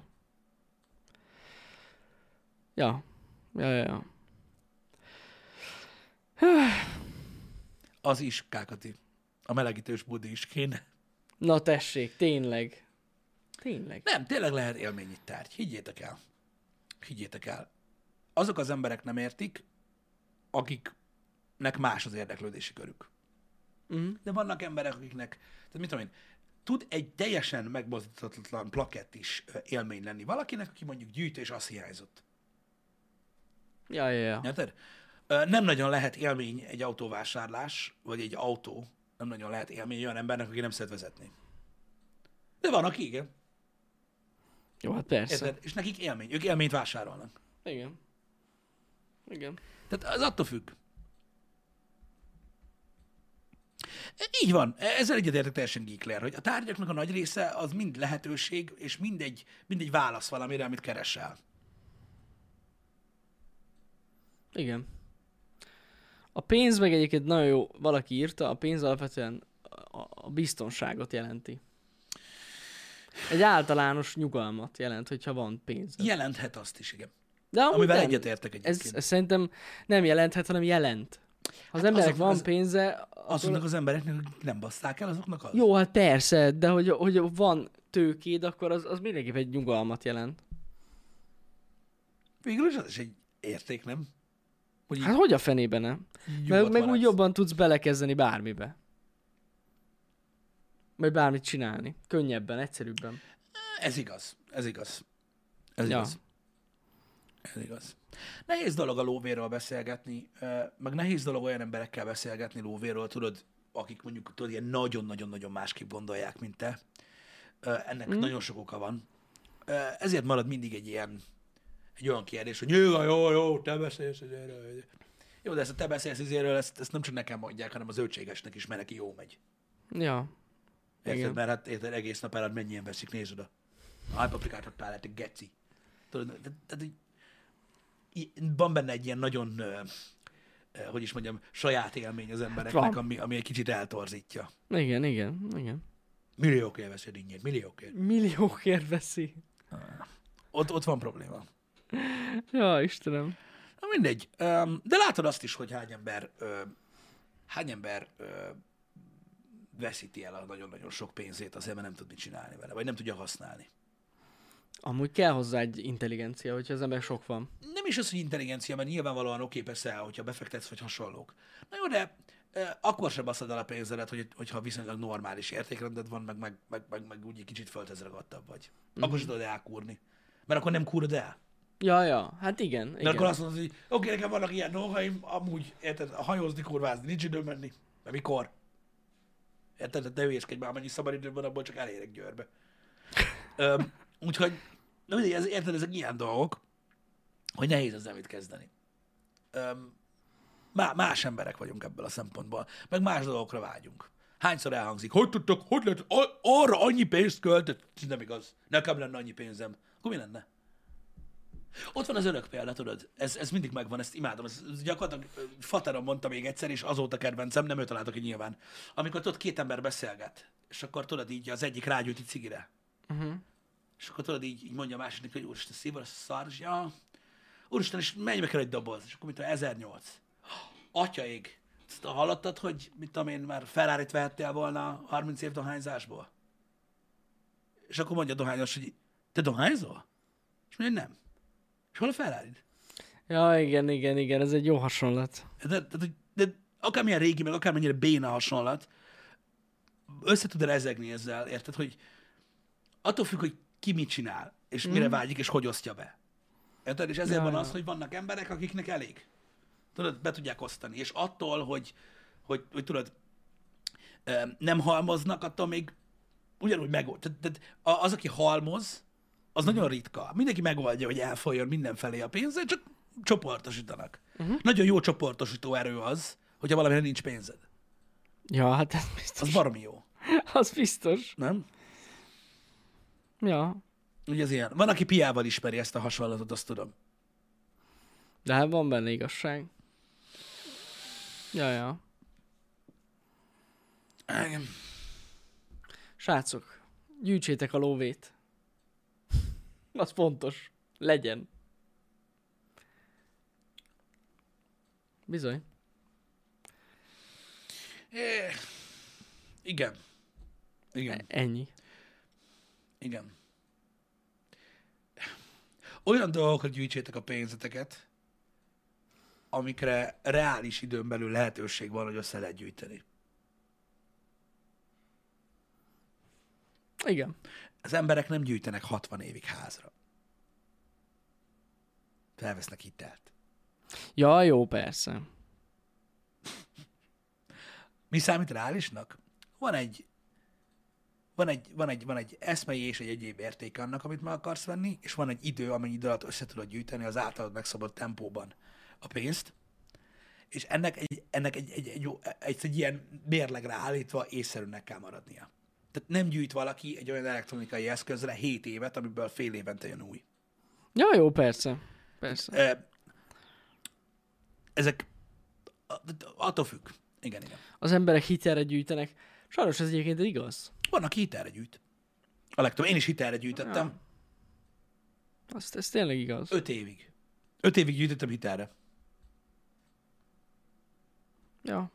Speaker 2: Ja.
Speaker 1: Az is, Kákati. A melegítős budi is kéne.
Speaker 2: Na tessék, tényleg. Tényleg.
Speaker 1: Nem, tényleg lehet élmény egy tárgy. Higgyétek el. Higgyétek el. Azok az emberek nem értik, akiknek más az érdeklődési körük. De vannak emberek, akiknek, tehát mit tudom én, tud egy teljesen megmozdíthatatlan plakett is élmény lenni valakinek, aki mondjuk gyűjtő, és az hiányzott.
Speaker 2: Ja.
Speaker 1: Érted? Nem nagyon lehet élmény egy autóvásárlás, vagy egy autó, nem nagyon lehet élmény olyan embernek, aki nem szeret vezetni. De van, aki igen.
Speaker 2: Jó, hát persze.
Speaker 1: Érted? És nekik élmény. Ők élményt vásárolnak.
Speaker 2: Igen.
Speaker 1: Tehát az attól függ. Így van. Ezzel egyetértek teljesen Geekler, hogy a tárgyaknak a nagy része az mind lehetőség, és mindegy válasz valamire, amit keresel.
Speaker 2: Igen. A pénz meg egyébként nagyon jó, valaki írta, a pénz alapvetően a biztonságot jelenti. Egy általános nyugalmat jelent, hogyha van pénz.
Speaker 1: Jelenthet azt is, igen.
Speaker 2: De amúgy
Speaker 1: Amivel
Speaker 2: nem.
Speaker 1: egyetértek egyébként.
Speaker 2: Ez szerintem nem jelenthet, hanem jelent. Ha az emberek van pénze...
Speaker 1: Azoknak az embereknek, akik nem basszák el, azoknak az.
Speaker 2: Jó, hát persze, de hogy van tőkéd, akkor az mindenképp egy nyugalmat jelent.
Speaker 1: Végül is az is egy érték, nem? Hogy
Speaker 2: Hát hogy a fenében nem? Meg úgy jobban tudsz belekezdeni bármibe. Vagy bármit csinálni. Könnyebben, egyszerűbben.
Speaker 1: Ez igaz. Ez igaz. Ez
Speaker 2: Ja.
Speaker 1: igaz. Ez igaz. Nehéz dolog a lóvérről beszélgetni, meg nehéz dolog olyan emberekkel beszélgetni lóvérről, tudod, akik mondjuk tudod, ilyen nagyon-nagyon-nagyon másképp gondolják, mint te. Ennek nagyon sok oka van. Ezért marad mindig egy olyan kérdés, hogy jó, te beszélsz ezéről. Jó, de ezt a te beszélsz ezéről, ezt nem csak nekem mondják, hanem az öcségesnek is, mert neki jó megy.
Speaker 2: Ja.
Speaker 1: Érted?
Speaker 2: Igen.
Speaker 1: Mert hát érted, egész nap elad mennyien veszik, nézd oda. Álpaprikát adtál, hát egy geci. Tudod, tehát van benne egy ilyen nagyon, hogy is mondjam, saját élmény az embereknek, ami egy kicsit eltorzítja.
Speaker 2: Igen.
Speaker 1: Milliókért veszed innyét, milliókért.
Speaker 2: Milliókért veszi.
Speaker 1: Ott van probléma.
Speaker 2: Ja, Istenem.
Speaker 1: Na mindegy. De látod azt is, hogy hány ember veszíti el a nagyon-nagyon sok pénzét azért, mert nem tud mit csinálni vele, vagy nem tudja használni.
Speaker 2: Amúgy kell hozzá egy intelligencia, hogyha az ember sok van.
Speaker 1: Nem is az, hogy intelligencia, mert nyilvánvalóan oké, persze, hogyha befektetsz, vagy hasonlók. Na jó, de akkor sem baszod el a pénzedet, hogyha viszonylag normális értékrended van, meg úgy egy kicsit föltezregadtabb vagy. Akkor sem tudod elkúrni. Mert akkor nem kúrod el.
Speaker 2: Ja, hát igen.
Speaker 1: Mert akkor azt mondod, hogy oké, nekem vannak ilyen dolgaim, amúgy, érted, hajózni, kurvázni, nincs időm menni. Mert mikor? Érted, ne hülyéskedj már, amennyi szabad időm van, abból csak elérek Győrbe. Úgyhogy, na mindegy, érted, ezek ilyen dolgok, hogy nehéz ezzel mit kezdeni. Más emberek vagyunk ebből a szempontból, meg más dolgokra vágyunk. Hányszor elhangzik, hogy tudtok, hogy lehet arra annyi pénzt költött? Ez nem igaz. Nekem lenne annyi pénzem. Akkor mi lenne? Ott van az örök példa, tudod, ez mindig megvan, ezt imádom. Ez gyakorlatilag Fateron mondta még egyszer, és azóta kedvencem, nem ő találta ki nyilván. Amikor tudod, két ember beszélget, és akkor tudod így az egyik rágyújt egy cigire. És akkor tudod, így mondja a másiknak, hogy úristen, szívod a szar, és ja, úristen, és mennybe kell egy doboz? És akkor mit tudom, 1008. Atyaig, ezt hallottad, hogy mit tudom én, már Ferrarit vehettél volna 30 év dohányzásból? És akkor mondja a dohányos, hogy te dohányzol? És mondja, nem. És hol a Ferrarid?
Speaker 2: Ja, igen, ez egy jó hasonlat.
Speaker 1: De akármilyen régi, meg akármennyire béna hasonlat, össze tud rezegni ezzel, érted, hogy attól függ, hogy ki mit csinál, és mire vágyik, és hogy osztja be. Érted? És ezért van az, hogy vannak emberek, akiknek elég. Tudod, be tudják osztani. És attól, hogy tudod, nem halmoznak, attól még ugyanúgy megold. Tehát az, aki halmoz, az nagyon ritka. Mindenki megoldja, hogy elfolyjon mindenfelé a pénzed, csak csoportosítanak. Nagyon jó csoportosító erő az, hogyha valamire nincs pénzed.
Speaker 2: Ja, hát ez biztos.
Speaker 1: Az baromi jó.
Speaker 2: Az biztos.
Speaker 1: Nem?
Speaker 2: Ja.
Speaker 1: Ugye ez ilyen. Van, aki piával ismeri ezt a hasonlatot, azt tudom.
Speaker 2: De hát van benne igazság. Ja.
Speaker 1: Igen.
Speaker 2: Srácok, gyűjtsétek a lóvét. Az fontos. Legyen. Bizony.
Speaker 1: Igen.
Speaker 2: Ennyi.
Speaker 1: Igen. Olyan dolgokra gyűjtsétek a pénzeteket, amikre reális időn belül lehetőség van, hogy össze lehet gyűjteni.
Speaker 2: Igen.
Speaker 1: Az emberek nem gyűjtenek 60 évig házra. Felvesznek hitelt.
Speaker 2: Ja, jó, persze.
Speaker 1: Mi számít reálisnak? Van egy eszmei és egy egyéb érték annak, amit meg akarsz venni, és van egy idő, amennyi idő alatt össze tudod gyűjteni az általad megszabott tempóban a pénzt, és ennek egy ilyen mérlegre állítva észszerűnek kell maradnia. Tehát nem gyűjt valaki egy olyan elektronikai eszközre 7 évet, amiből fél évente jön új.
Speaker 2: Ja, jó, persze. Persze.
Speaker 1: Ezek attól függ. Igen.
Speaker 2: Az emberek hitelre gyűjtenek. Sajnos ez egyébként igaz.
Speaker 1: Van, aki hitelre gyűjt. A legtöbb. Én is hitelre gyűjtöttem.
Speaker 2: Ja. Ez tényleg igaz.
Speaker 1: 5 évig. 5 évig gyűjtöttem hitelre.
Speaker 2: Ja.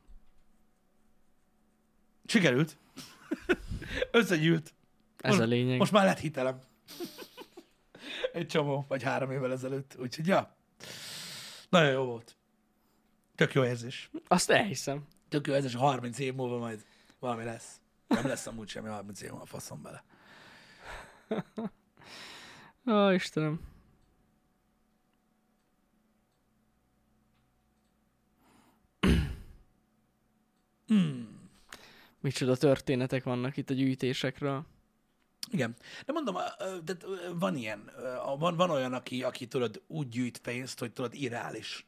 Speaker 1: Sikerült. Összegyűlt.
Speaker 2: Ez a lényeg.
Speaker 1: Most már lett hitelem. Egy csomó, vagy 3 évvel ezelőtt. Úgyhogy, ja. Nagyon jó volt. Tök jó érzés.
Speaker 2: Azt elhiszem.
Speaker 1: Tök jó érzés, 30 év múlva majd valami lesz. Nem lesz amúgy semmi 30 év múlva, faszom bele.
Speaker 2: Ó, Istenem. Micsoda történetek vannak itt a gyűjtésekről.
Speaker 1: Igen. De mondom, de van ilyen, van olyan, aki tudod, úgy gyűjt pénzt, hogy tudod, irreális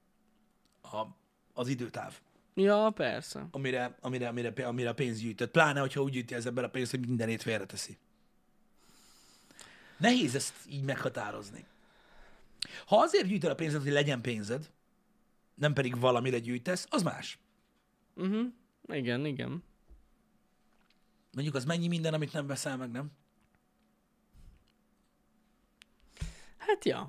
Speaker 1: az időtáv,
Speaker 2: Ja, persze.
Speaker 1: amire a pénz gyűjtött. Pláne, hogyha úgy gyűjti az ember a pénzt, hogy mindenét félreteszi. Nehéz ezt így meghatározni. Ha azért gyűjtöd a pénzed, hogy legyen pénzed, nem pedig valamire gyűjtesz, az más.
Speaker 2: Igen, igen.
Speaker 1: Mondjuk az mennyi minden, amit nem veszel meg, nem?
Speaker 2: Hát ja.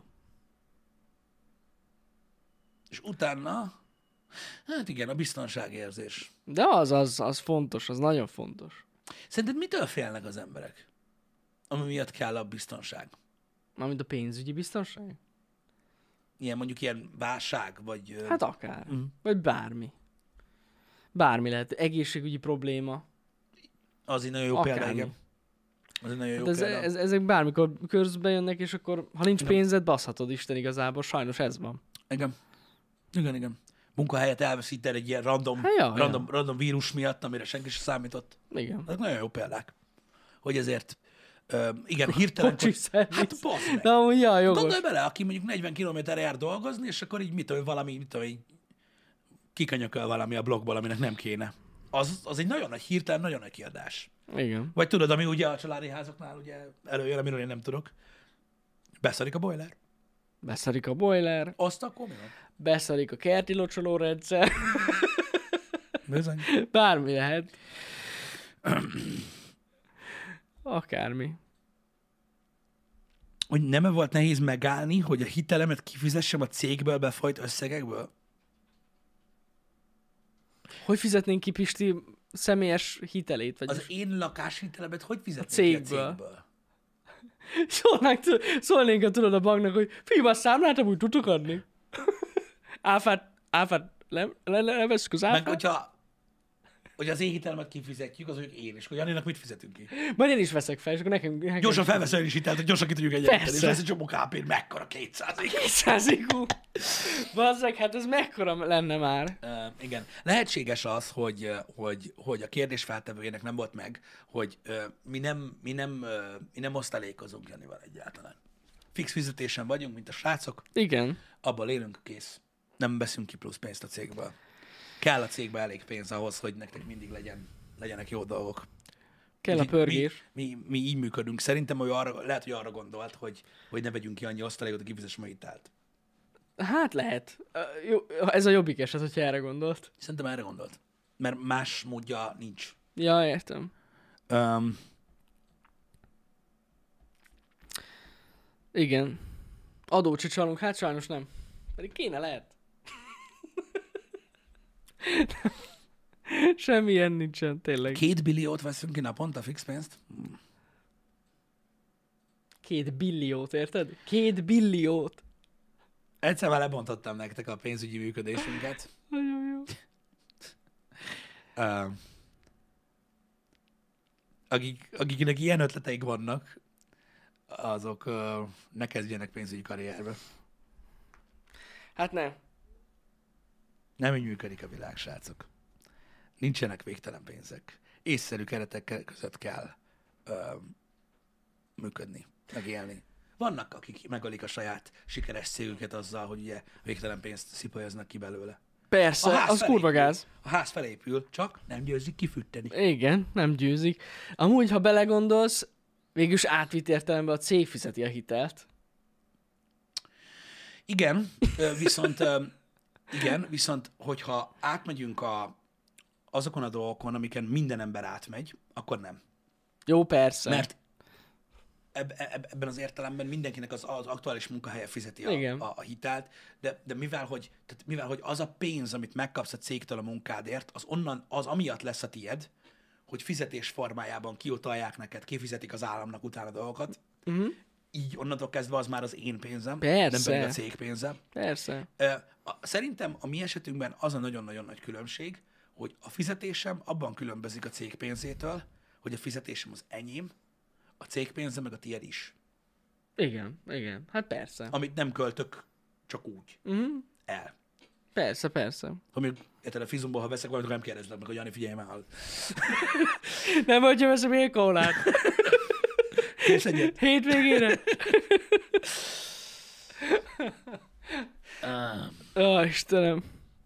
Speaker 1: És utána, hát igen, a biztonságérzés.
Speaker 2: De az fontos, az nagyon fontos.
Speaker 1: Szerinted mitől félnek az emberek? Ami miatt kell a biztonság.
Speaker 2: Mármint a pénzügyi biztonság?
Speaker 1: Ilyen mondjuk ilyen válság, vagy...
Speaker 2: Hát akár. Vagy bármi. Bármi lehet. Egészségügyi probléma.
Speaker 1: Az egy nagyon jó
Speaker 2: Akármi.
Speaker 1: példa, igen. Az egy nagyon jó
Speaker 2: Hát
Speaker 1: példa.
Speaker 2: ezek bármikor közbe jönnek, és akkor, ha nincs pénzed, baszhatod Isten igazából. Sajnos ez van.
Speaker 1: Igen. Igen. Munkahelyet elveszíted egy ilyen random,
Speaker 2: Hát ja.
Speaker 1: random vírus miatt, amire senki sem számított.
Speaker 2: Igen.
Speaker 1: Ezek nagyon jó példák. Hogy ezért, igen, hirtelen...
Speaker 2: Kocsi szerviz.
Speaker 1: Hát bassz meg.
Speaker 2: De amúgy, ja, jogos.
Speaker 1: Gondolj bele, aki mondjuk 40 kilométerre jár dolgozni, és akkor így így kikanyököl valami a blogból, aminek nem kéne. Az egy nagyon nagy hirtelen, nagyon nagy kiadás.
Speaker 2: Igen.
Speaker 1: Vagy tudod, ami ugye a családi házaknál ugye előjön, amiről én nem tudok. Beszarik a boiler.
Speaker 2: Beszarik a boiler,
Speaker 1: Azt akkor mi van?
Speaker 2: beszarik a kerti locsoló rendszer,
Speaker 1: Bizony.
Speaker 2: bármi lehet. Akármi.
Speaker 1: Hogy nem volt nehéz megállni, hogy a hitelemet kifizessem a cégből befolyt összegekből?
Speaker 2: Hogy fizetnénk ki Pisti személyes hitelét? Vagy
Speaker 1: Az én lakáshitelemet hogy fizetnék
Speaker 2: cégből.
Speaker 1: ki a cégből?
Speaker 2: Szólnénk tudod a banknak, hogy fiam, a számlát amúgy tudtok adni. Áfát levesszük az
Speaker 1: Meg
Speaker 2: áfát.
Speaker 1: hogy az én hitelemet kifizetjük, az mondjuk én, és hogy Janinak mit fizetünk ki?
Speaker 2: Majd én is veszek fel, és akkor nekem
Speaker 1: Gyorsan felveszel is hitelt, hogy gyorsan ki tudjuk egyenlíteni, és
Speaker 2: Persze.
Speaker 1: lesz egy csomó KP-n, mekkora 200
Speaker 2: 200 IQ. Bazzeg, hát ez mekkora lenne már?
Speaker 1: Igen. Lehetséges az, hogy a kérdés feltevőjének nem volt meg, hogy mi nem osztalékozunk Janival egyáltalán. Fix fizetésen vagyunk, mint a srácok,
Speaker 2: Igen.
Speaker 1: abban élünk, kész. Nem veszünk ki plusz pénzt a cégből. Kell a cégbe elég pénz ahhoz, hogy nektek mindig legyenek jó dolgok.
Speaker 2: Kell a
Speaker 1: Úgyhogy
Speaker 2: pörgés.
Speaker 1: Mi így működünk. Szerintem lehet, hogy arra gondolt, hogy ne vegyünk ki annyi osztalékot, hogy kifizessem a hitelt.
Speaker 2: Hát lehet. Ez a jobbik eset, hogyha erre gondolt.
Speaker 1: Szerintem erre gondolt. Mert más módja nincs.
Speaker 2: Ja, értem. Igen. Adócsicsalunk, hát sajnos nem. Pedig kéne, lehet. Semmilyen nincsen, tényleg.
Speaker 1: 2 billiót veszünk ki naponta fix pénzt?
Speaker 2: 2 billiót, érted? 2 billiót.
Speaker 1: Egyszer már lebontottam nektek a pénzügyi működésünket.
Speaker 2: Nagyon jó.
Speaker 1: Akiknek ilyen ötleteik vannak, azok ne kezdjenek pénzügyi karrierbe.
Speaker 2: Hát nem.
Speaker 1: Nem így működik a világ, srácok. Nincsenek végtelen pénzek. Észszerű keretek között kell működni, megélni. Vannak, akik megölik a saját sikeres cégüket azzal, hogy ugye végtelen pénzt szipolyoznak ki belőle.
Speaker 2: Persze, az kurva gáz.
Speaker 1: A ház felépül, csak nem győzik kifűteni.
Speaker 2: Igen, nem győzik. Amúgy, ha belegondolsz, végülis átvitt értelemben a cég fizeti a hitelt.
Speaker 1: Igen, viszont hogyha átmegyünk azokon a dolgokon, amiken minden ember átmegy, akkor nem. Jó,
Speaker 2: persze.
Speaker 1: Mert ebben az értelemben mindenkinek az aktuális munkahelye fizeti a hitelt, de mivel hogy az a pénz, amit megkapsz a cégtől a munkádért, az amiatt lesz a tied, hogy fizetés formájában kiutalják neked, kifizetik az államnak utána dolgokat, így onnantól kezdve az már az én pénzem, nem pedig a cég pénze.
Speaker 2: Persze.
Speaker 1: Szerintem a mi esetünkben az a nagyon-nagyon nagy különbség, hogy a fizetésem abban különbözik a cég pénzétől, hogy a fizetésem az enyém, a cég pénze, meg a tiéd is.
Speaker 2: Igen, igen. Hát persze.
Speaker 1: Amit nem költök csak úgy el.
Speaker 2: Persze, persze.
Speaker 1: Ha még érted, a Fizumból, ha veszek valamit, akkor nem kérdeznek meg, hogy Jani, figyelj már.
Speaker 2: Nem, hogyha veszem én kólát.
Speaker 1: Kész egyet.
Speaker 2: Hétvégére. Istenem.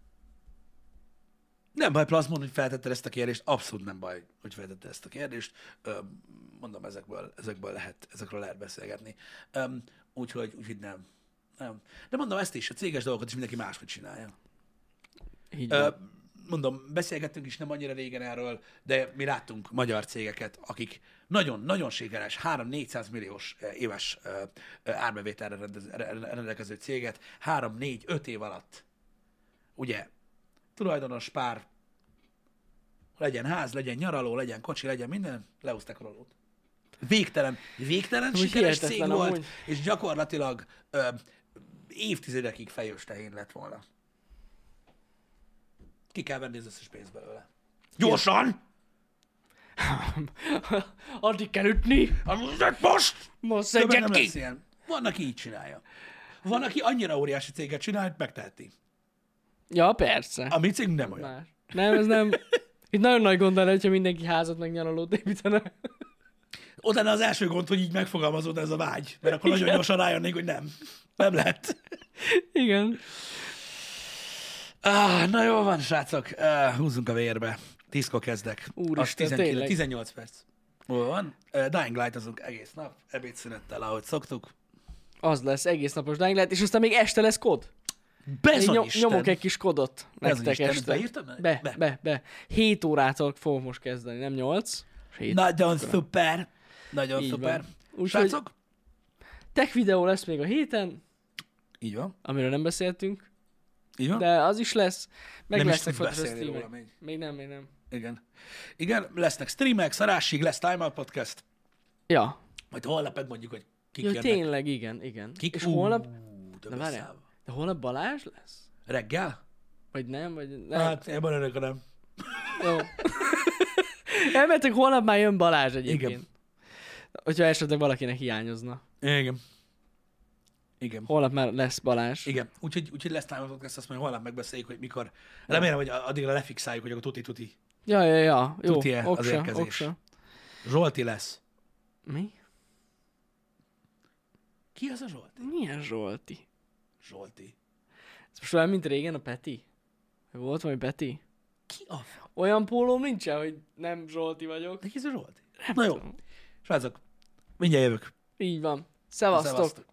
Speaker 1: Nem baj, Plazmon, hogy feltetted ezt a kérdést, abszolút nem baj, hogy feltetted ezt a kérdést. Mondom, ezekről lehet beszélgetni. Úgyhogy nem. De mondom, ezt is, a céges dolgokat is mindenki máshogy csinálja.
Speaker 2: Így van.
Speaker 1: Mondom, beszélgettünk is nem annyira régen erről, de mi láttunk magyar cégeket, akik nagyon-nagyon sikeres, 3-400 milliós éves árbevételre rendelkező céget 3-4-5 év alatt, ugye, tulajdonos pár, legyen ház, legyen nyaraló, legyen kocsi, legyen minden, leúzták a rolót. Végtelen sikeres cég volt, amúgy. És gyakorlatilag évtizedekig fejős tehén lett volna. Ki kell venni az összes pénzt belőle. Gyorsan!
Speaker 2: Addig kell ütni.
Speaker 1: Most!
Speaker 2: Most
Speaker 1: Többen
Speaker 2: szedjed
Speaker 1: nem
Speaker 2: ki.
Speaker 1: lesz ilyen. Van, aki így csinálja. Van, aki annyira óriási céget csinál, hogy megteheti.
Speaker 2: Ja, persze.
Speaker 1: A mi cégünk nem olyan.
Speaker 2: Más. Nem, ez nem. Itt nagyon nagy gond lenne, hogyha mindenki házat meg nyaralót építene.
Speaker 1: Ott lenne az első gond, hogy így megfogalmazódna ez a vágy. Mert akkor nagyon gyorsan rájönnék, hogy nem. Nem lehet.
Speaker 2: Igen.
Speaker 1: Na jó van, srácok. Húzzunk a vérbe. 10-kor kezdek.
Speaker 2: Úristen,
Speaker 1: 18 perc. Hol van? Dying Light azunk egész nap. Ebédszünettel, ahogy szoktuk.
Speaker 2: Az lesz, egész napos Dying Light, és aztán még este lesz kod. Nyomok egy kis kodot nektek este.
Speaker 1: Beírtam?
Speaker 2: Be. 7 órától fogok most kezdeni, nem 8.
Speaker 1: Nagyon szuper. Nagyon
Speaker 2: így
Speaker 1: szuper.
Speaker 2: Srácok? Tech videó lesz még a héten.
Speaker 1: Így van.
Speaker 2: Amiről nem beszéltünk.
Speaker 1: Így van.
Speaker 2: De az is lesz. Meg
Speaker 1: nem
Speaker 2: lesznek
Speaker 1: is tudsz beszélni róla
Speaker 2: streamek. Még nem.
Speaker 1: Igen, lesznek streamek, szarásig, lesz Time Out Podcast.
Speaker 2: Ja.
Speaker 1: Majd holnap megmondjuk, hogy kik
Speaker 2: Ja,
Speaker 1: jönnek.
Speaker 2: tényleg, igen.
Speaker 1: Kik?
Speaker 2: És holnap...
Speaker 1: De várjál.
Speaker 2: De holnap Balázs lesz?
Speaker 1: Reggel?
Speaker 2: Vagy nem? Nem.
Speaker 1: Hát, ebben örök, nem.
Speaker 2: Jó. Elmentek, holnap már jön Balázs egyébként.
Speaker 1: Igen.
Speaker 2: Hogyha esetleg valakinek hiányozna.
Speaker 1: Igen.
Speaker 2: Holnap már lesz Balázs.
Speaker 1: Igen. Úgyhogy lesz Time Out Podcast, azt majd holnap megbeszéljük, hogy mikor. Remélem, hogy addigra lefixáljuk, hogy akkor tuti.
Speaker 2: Ja. Jó,
Speaker 1: Tuti-e az érkezés.
Speaker 2: oksa.
Speaker 1: Zsolti lesz.
Speaker 2: Mi?
Speaker 1: Ki az a Zsolti?
Speaker 2: Milyen Zsolti?
Speaker 1: Zsolti.
Speaker 2: Ez most olyan, mint régen a Peti? Volt valami Peti?
Speaker 1: Ki a
Speaker 2: Olyan pólóm nincsen, hogy nem Zsolti vagyok.
Speaker 1: De ki ez a Zsolti? Na jó. Srácok, mindjárt jövök.
Speaker 2: Így van. Szevasztok.